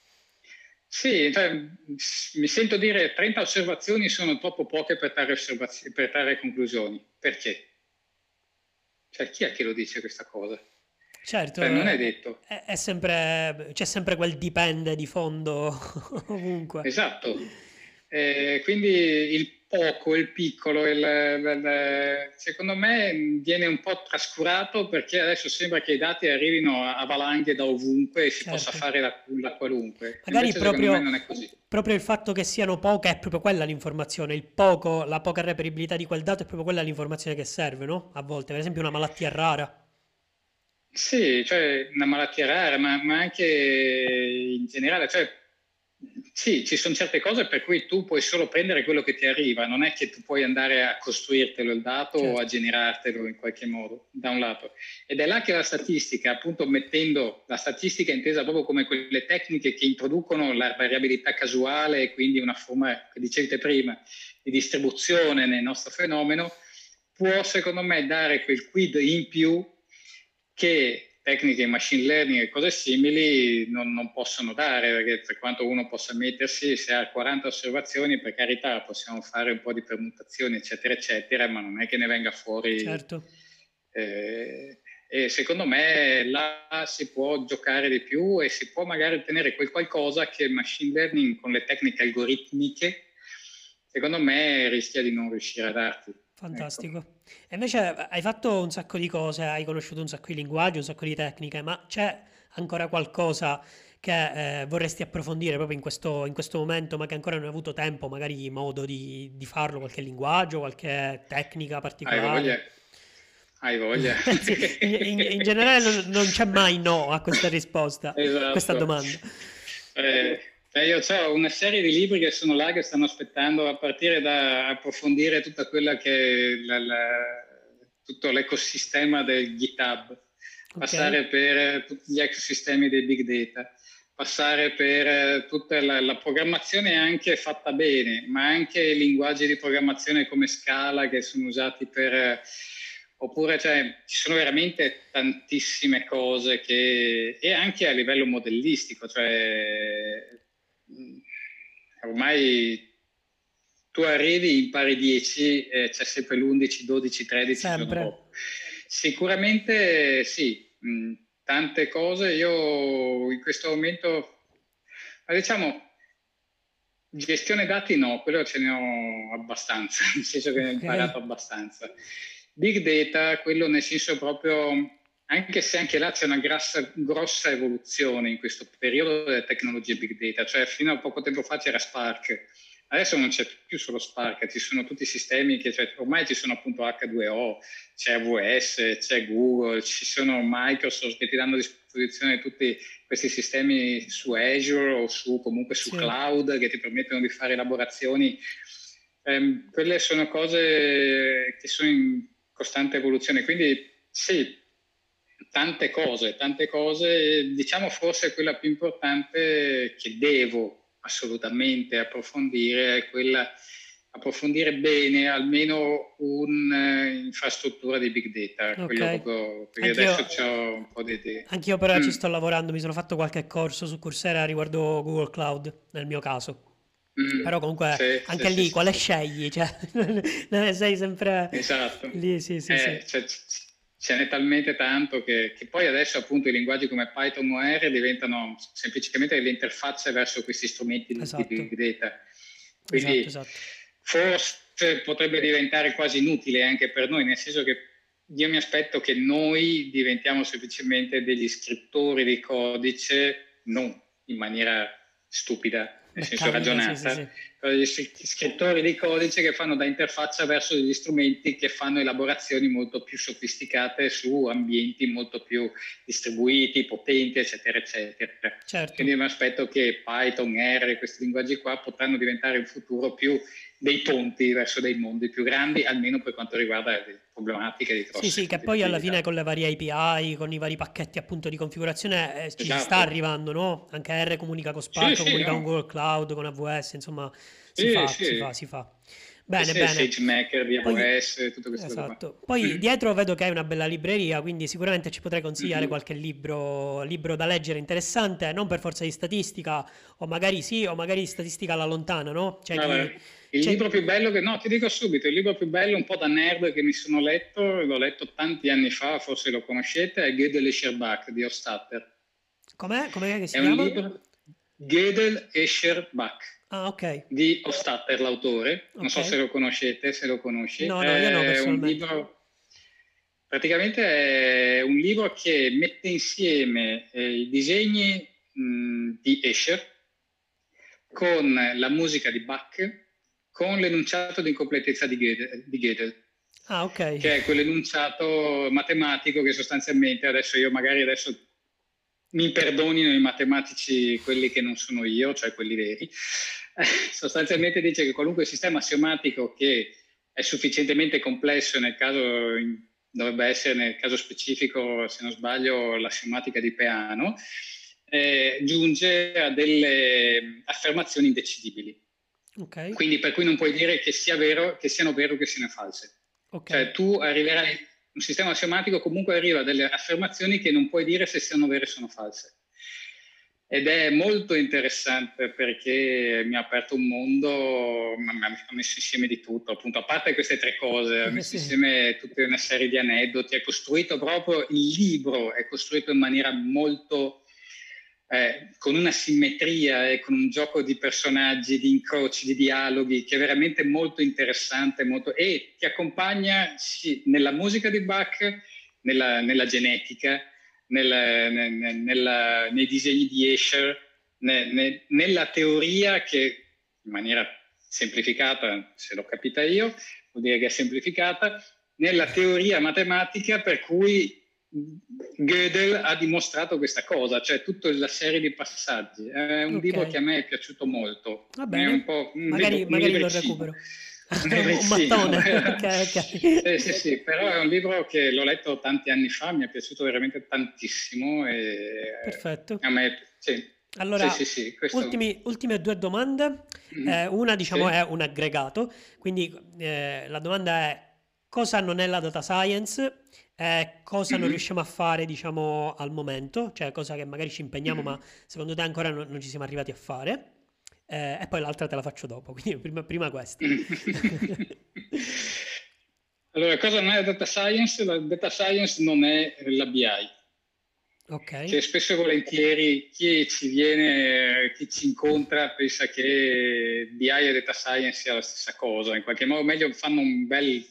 B: sì, cioè, mi sento dire 30 osservazioni sono troppo poche per trarre conclusioni. Perché? Cioè, chi è che lo dice questa cosa?
A: Certo,
B: Cioè, non è detto.
A: è sempre, c'è sempre quel dipende di fondo ovunque.
B: Esatto. Quindi il poco, il piccolo, secondo me viene un po' trascurato perché adesso sembra che i dati arrivino a valanghe da ovunque e si possa
A: Certo.
B: fare da qualunque.
A: Magari
B: Invece secondo me non è così.
A: proprio il fatto che siano poche è proprio quella l'informazione. Il poco, la poca reperibilità di quel dato è proprio quella l'informazione che serve, no? A volte, per esempio una malattia rara.
B: Sì, cioè una malattia rara, ma anche in generale, cioè, sì, ci sono certe cose per cui tu puoi solo prendere quello che ti arriva, non è che tu puoi andare a costruirtelo il dato o a
A: Certo,
B: generartelo in qualche modo, da un lato. Ed è là che la statistica, appunto mettendo la statistica intesa proprio come quelle tecniche che introducono la variabilità casuale e quindi una forma, che dicevate prima, di distribuzione nel nostro fenomeno, può secondo me dare quel quid in più che tecniche di machine learning e cose simili non possono dare, perché per quanto uno possa mettersi, se ha 40 osservazioni, per carità, possiamo fare un po' di permutazioni, eccetera, eccetera, ma non è che ne venga fuori.
A: certo.
B: Eh, E secondo me là si può giocare di più e si può magari ottenere quel qualcosa che il machine learning con le tecniche algoritmiche, secondo me, rischia di non riuscire a darti. Ecco.
A: Fantastico. E invece hai fatto un sacco di cose, hai conosciuto un sacco di linguaggi, un sacco di tecniche, ma c'è ancora qualcosa che vorresti approfondire proprio in questo momento, ma che ancora non hai avuto tempo, magari modo di farlo, qualche linguaggio, qualche tecnica
B: Hai voglia?
A: particolare?
B: Hai voglia?
A: Sì, in generale non c'è mai no a questa risposta, a questa
B: Esatto.
A: domanda.
B: Eh, io ho una serie di libri che sono là che stanno aspettando, a partire da approfondire tutta quella che è tutto l'ecosistema del GitHub,
A: Ok?
B: passare per tutti gli ecosistemi dei big data, passare per tutta la programmazione anche fatta bene, ma anche linguaggi di programmazione come Scala che sono usati per... Oppure cioè, ci sono veramente tantissime cose che, e anche a livello modellistico, cioè ormai tu arrivi, impari 10, c'è sempre l'11, 12, 13 il giorno
A: Sempre.
B: dopo. Sicuramente sì, tante cose. Io in questo momento, ma diciamo, gestione dati no, quello ce ne ho abbastanza, nel senso che ne ho
A: Ok.
B: imparato abbastanza. Big data, quello nel senso proprio, anche se anche là c'è una grossa evoluzione in questo periodo delle tecnologie big data, cioè fino a poco tempo fa c'era Spark, adesso non c'è più solo Spark, ci sono tutti i sistemi che, cioè, ormai ci sono appunto H2O, c'è AWS, c'è Google, ci sono Microsoft che ti danno a disposizione tutti questi sistemi su Azure o comunque su
A: Sì.
B: cloud che ti permettono di fare elaborazioni. Quelle sono cose che sono in costante evoluzione, quindi sì, tante cose, diciamo forse quella più importante che devo assolutamente approfondire è quella approfondire bene almeno un'infrastruttura di big data,
A: Ok.
B: quello proprio, perché
A: Anch'io,
B: adesso ho un po' di idee.
A: anch'io per ora ci sto lavorando, mi sono fatto qualche corso su Coursera riguardo Google Cloud, nel mio caso. Però comunque
B: Sì, sì,
A: anche
B: sì,
A: lì
B: sì,
A: quale
B: sì.
A: scegli? Cioè, non sei sempre
B: Esatto.
A: lì, sì, sì, sì.
B: Ce n'è talmente tanto che poi adesso appunto i linguaggi come Python o R diventano semplicemente le interfacce verso questi strumenti di
A: Esatto,
B: big data.
A: esatto,
B: Quindi
A: esatto.
B: forse potrebbe diventare quasi inutile anche per noi, nel senso che io mi aspetto che noi diventiamo semplicemente degli scrittori di codice, non in maniera stupida, nel senso
A: Meccanica, sì, sì,
B: ragionata,
A: sì.
B: gli scrittori di codice che fanno da interfaccia verso degli strumenti che fanno elaborazioni molto più sofisticate su ambienti molto più distribuiti, potenti, eccetera, eccetera.
A: Certo.
B: Quindi mi aspetto che Python, R, questi linguaggi qua potranno diventare in futuro più dei ponti verso dei mondi più grandi, almeno per quanto riguarda le problematiche di
A: Sì,
B: grosse
A: sì, che poi alla fine
B: quantità.
A: con le varie API, con i vari pacchetti appunto di configurazione ci si sta
B: Esatto.
A: arrivando, no? Anche R comunica con
B: Sì,
A: Spark,
B: sì,
A: comunica con
B: no.
A: Google Cloud, con AWS, insomma, si
B: Sì,
A: fa, si
B: sì.
A: fa, si fa.
B: Sì,
A: Bene,
B: sì,
A: bene.
B: SageMaker di
A: Poi,
B: AWS, tutte queste cose qua.
A: esatto. Poi
B: Mm.
A: dietro vedo che hai una bella libreria, quindi sicuramente ci potrei consigliare
B: Mhm.
A: qualche libro da leggere interessante, non per forza di statistica, o magari sì, o magari di statistica alla lontana, no? C'è
B: Guarda,
A: chi...
B: il
A: c'è-
B: libro più bello che... No, ti dico subito, il libro più bello un po' da nerd che mi sono letto, l'ho letto tanti anni fa, forse lo conoscete, è Gödel e Scherbak di Hofstadter.
A: Com'è? Com'è che si
B: È un
A: chiama?
B: libro Gödel e Scherbak
A: Ah, ok,
B: di Hofstadter, l'autore. Non
A: ok.
B: so se lo conoscete, se lo conosci.
A: No, no, io no
B: È un
A: personalmente.
B: libro, praticamente è un libro che mette insieme i disegni di Escher con la musica di Bach, con l'enunciato di incompletezza di Gödel,
A: Ah, ok.
B: che è quell'enunciato matematico che sostanzialmente adesso mi perdonino i matematici, quelli che non sono io, cioè quelli veri, sostanzialmente dice che qualunque sistema assiomatico che è sufficientemente complesso dovrebbe essere nel caso specifico, se non sbaglio, l'assiomatica di Peano, giunge a delle affermazioni indecidibili.
A: Ok,
B: Quindi per cui non puoi dire che sia vero, che siano vere o che siano false.
A: ok.
B: Cioè tu arriverai, un sistema sematico comunque arriva a delle affermazioni che non puoi dire se siano vere o sono false. ed è molto interessante perché mi ha aperto un mondo, ha messo insieme di tutto, appunto, a parte queste tre cose, ha messo
A: Sì.
B: insieme tutta una serie di aneddoti, è costruito proprio, il libro è costruito in maniera molto, con una simmetria e con un gioco di personaggi, di incroci, di dialoghi, che è veramente molto interessante, e ti accompagna nella musica di Bach, nella genetica, nei disegni di Escher, nella teoria che, in maniera semplificata, se l'ho capita io, vuol dire che è semplificata, nella teoria matematica per cui Gödel ha dimostrato questa cosa, cioè tutta la serie di passaggi. È un libro che
A: Ok,
B: a me è piaciuto molto,
A: va
B: è un
A: bene,
B: po' un
A: magari lo
B: libricino.
A: recupero.
B: Un
A: Un
B: libricino.
A: mattone, ok,
B: Sì, sì,
A: ok.
B: sì, però è un libro che l'ho letto tanti anni fa, mi è piaciuto veramente tantissimo e
A: Perfetto.
B: a me, sì, sì, sì,
A: Allora,
B: sì, questo.
A: ultime due domande. Una, diciamo,
B: Sì.
A: è un aggregato, quindi la domanda è cosa non è la data science e cosa non
B: Mhm.
A: riusciamo a fare, diciamo, al momento, cioè cosa che magari ci impegniamo, ma
B: Mhm.
A: secondo te ancora non ci siamo arrivati a fare. E poi l'altra te la faccio dopo, quindi prima questa.
B: Allora, cosa non è la data science? La data science non è la BI,
A: Ok,
B: che spesso e volentieri chi ci viene, chi ci incontra pensa che BI e data science sia la stessa cosa, in qualche modo meglio fanno un bel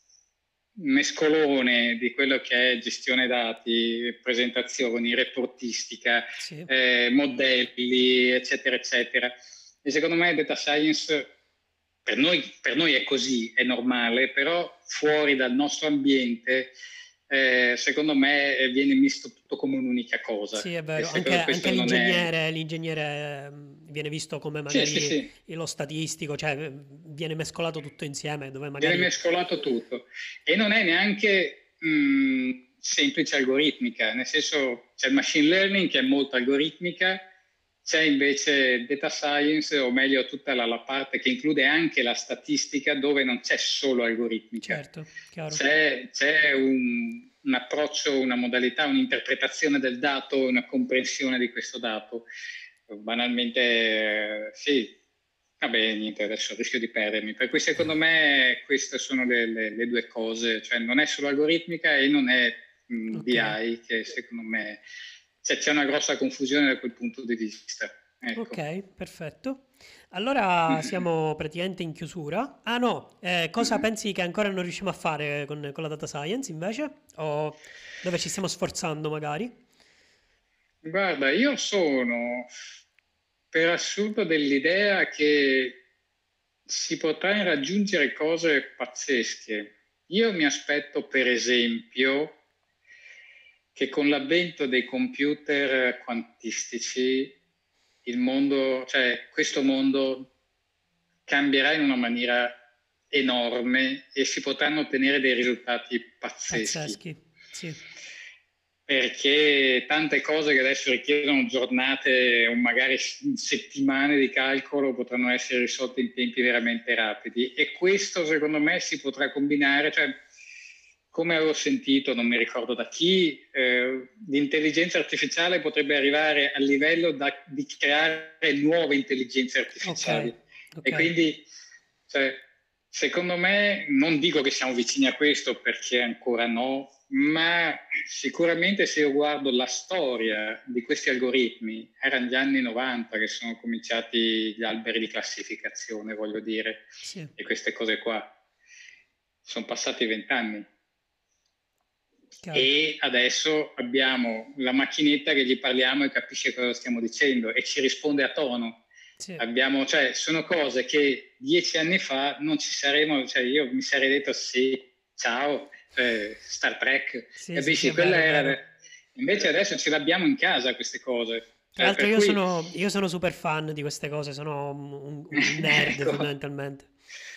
B: mescolone di quello che è gestione dati, presentazioni, reportistica,
A: sì,
B: modelli, eccetera, eccetera. E secondo me data science per noi è così, è normale, però fuori dal nostro ambiente, secondo me viene visto tutto come un'unica cosa.
A: sì, è
B: E
A: vero.
B: secondo
A: Anche
B: questo non è.
A: l'ingegnere viene visto come
B: Sì, sì,
A: magari
B: sì.
A: lo statistico, cioè viene mescolato tutto insieme, dove
B: Viene
A: magari.
B: mescolato tutto e non è neanche semplice algoritmica, nel senso c'è il machine learning che è molto algoritmica, c'è invece data science, o meglio tutta la parte che include anche la statistica, dove non c'è solo algoritmica,
A: Certo, chiaro.
B: c'è un approccio, una modalità, un'interpretazione del dato, una comprensione di questo dato. Banalmente, sì. Vabbè, niente, adesso rischio di perdermi. Per cui secondo me queste sono le due cose, cioè non è solo algoritmica e non è
A: Ok,
B: BI, che secondo me c'è una grossa confusione da quel punto di vista. Ecco.
A: ok, perfetto. Allora siamo praticamente in chiusura. Ah no, cosa pensi che ancora non riusciamo a fare con la data science invece? O dove ci stiamo sforzando magari?
B: Guarda, io sono per assurdo dell'idea che si potranno raggiungere cose pazzesche. Io mi aspetto, per esempio, che con l'avvento dei computer quantistici il mondo, cioè questo mondo cambierà in una maniera enorme e si potranno ottenere dei risultati pazzeschi.
A: Pazzeschi, sì.
B: Perché tante cose che adesso richiedono giornate o magari settimane di calcolo potranno essere risolte in tempi veramente rapidi e questo secondo me si potrà combinare, cioè come avevo sentito, non mi ricordo da chi, l'intelligenza artificiale potrebbe arrivare al livello di creare nuove intelligenze
A: Ok,
B: artificiali
A: ok.
B: e quindi cioè, secondo me, non dico che siamo vicini a questo perché ancora no, ma sicuramente se io guardo la storia di questi algoritmi, erano gli anni 90 che sono cominciati gli alberi di classificazione, voglio dire,
A: Sì,
B: e queste cose qua. Sono passati 20 anni
A: chiaro.
B: e adesso abbiamo la macchinetta che gli parliamo e capisce cosa stiamo dicendo e ci risponde a tono.
A: Sì,
B: Cioè, sono cose che 10 anni fa non ci saremmo, cioè io mi sarei detto sì, ciao, Star Trek,
A: sì, sì, sì,
B: capisci?
A: è vero,
B: Quella
A: è
B: era.
A: vero.
B: Invece adesso ce l'abbiamo in casa queste cose.
A: Tra l'altro
B: Per cui,
A: io sono super fan di queste cose, sono un nerd
B: ecco.
A: fondamentalmente.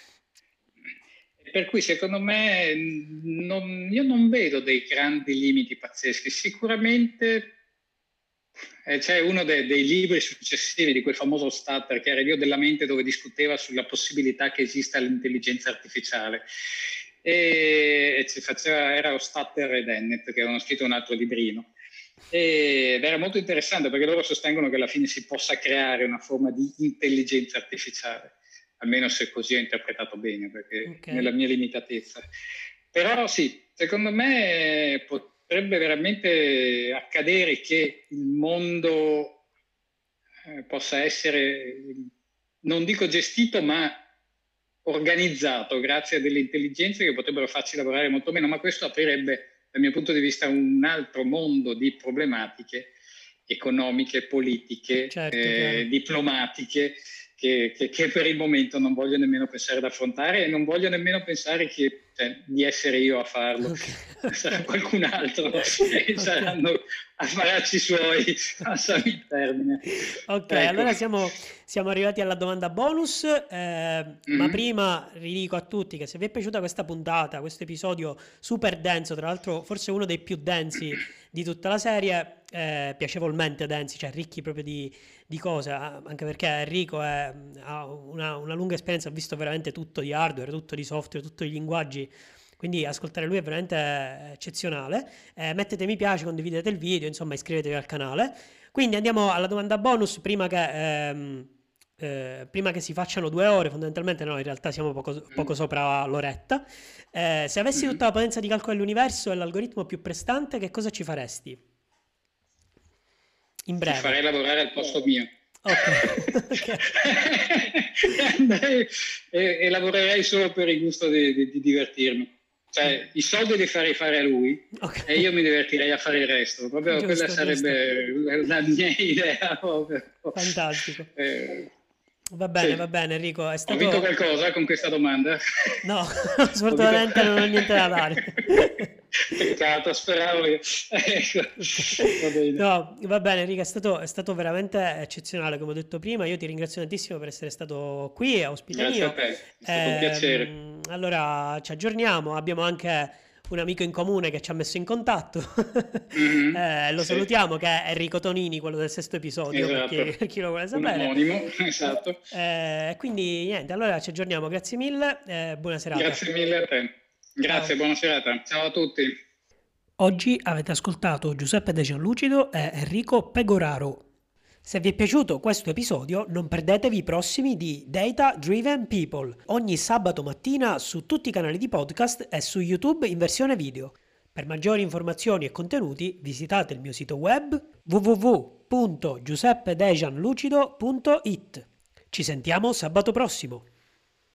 B: Per cui secondo me io non vedo dei grandi limiti pazzeschi. Sicuramente c'è uno dei libri successivi di quel famoso Statter, che era il Dio della mente, dove discuteva sulla possibilità che esista l'intelligenza artificiale. E ci faceva, era Statter e Dennett, che avevano scritto un altro librino. Ed era molto interessante perché loro sostengono che alla fine si possa creare una forma di intelligenza artificiale, almeno se così ho interpretato bene, perché nella mia limitatezza. Però sì, secondo me potrebbe veramente accadere che il mondo possa essere, non dico gestito, ma organizzato grazie a delle intelligenze che potrebbero farci lavorare molto meno, ma questo aprirebbe, dal mio punto di vista, un altro mondo di problematiche economiche, politiche,
A: Certo,
B: diplomatiche, che per il momento non voglio nemmeno pensare ad affrontare, e non voglio nemmeno pensare di essere io a farlo. Sarà qualcun altro e saranno affaracci suoi, passami il termine.
A: Ok,
B: Ecco.
A: allora siamo arrivati alla domanda bonus, ma prima ridico a tutti che se vi è piaciuta questa puntata, questo episodio super denso, tra l'altro forse uno dei più densi di tutta la serie, piacevolmente densi, cioè ricchi proprio di cose, anche perché Enrico ha una lunga esperienza, ha visto veramente tutto di hardware, tutto di software, tutto di linguaggi, quindi ascoltare lui è veramente eccezionale. Mettete mi piace, condividete il video, insomma iscrivetevi al canale. Quindi andiamo alla domanda bonus prima che si facciano 2 ore, fondamentalmente no, in realtà siamo poco sopra l'oretta. Se avessi tutta la potenza di calcolo dell'universo e l'algoritmo più prestante, che cosa ci faresti? In breve.
B: Ti farei lavorare al posto mio.
A: Ok.
B: E lavorerei solo per il gusto di divertirmi. Cioè, i soldi li farei fare a lui, e io mi divertirei a fare il resto. Proprio quella sarebbe la mia idea. Proprio.
A: Fantastico. Va bene Enrico.
B: Ho vinto qualcosa con questa domanda?
A: No, sfortunatamente non ho niente da dare.
B: Peccato, speravo io. Ecco. Va bene.
A: No, va bene Enrico, è stato veramente eccezionale, come ho detto prima. Io ti ringrazio tantissimo per essere stato qui a ospite mio.
B: Grazie a te, è stato un piacere.
A: Allora ci aggiorniamo, abbiamo anche un amico in comune che ci ha messo in contatto. Lo salutiamo, che è Enrico Tonini, quello del 6º episodio,
B: esatto.
A: per chi lo vuole sapere.
B: Un omonimo, esatto.
A: Quindi niente, allora ci aggiorniamo, grazie mille, buona serata.
B: Grazie mille a te. Grazie, buona serata. Ciao a tutti.
A: Oggi avete ascoltato Giuseppe De Gianlucido e Enrico Pegoraro. Se vi è piaciuto questo episodio, non perdetevi i prossimi di Data Driven People, ogni sabato mattina su tutti i canali di podcast e su YouTube in versione video. Per maggiori informazioni e contenuti visitate il mio sito web www.giuseppedegianlucido.it. Ci sentiamo sabato prossimo!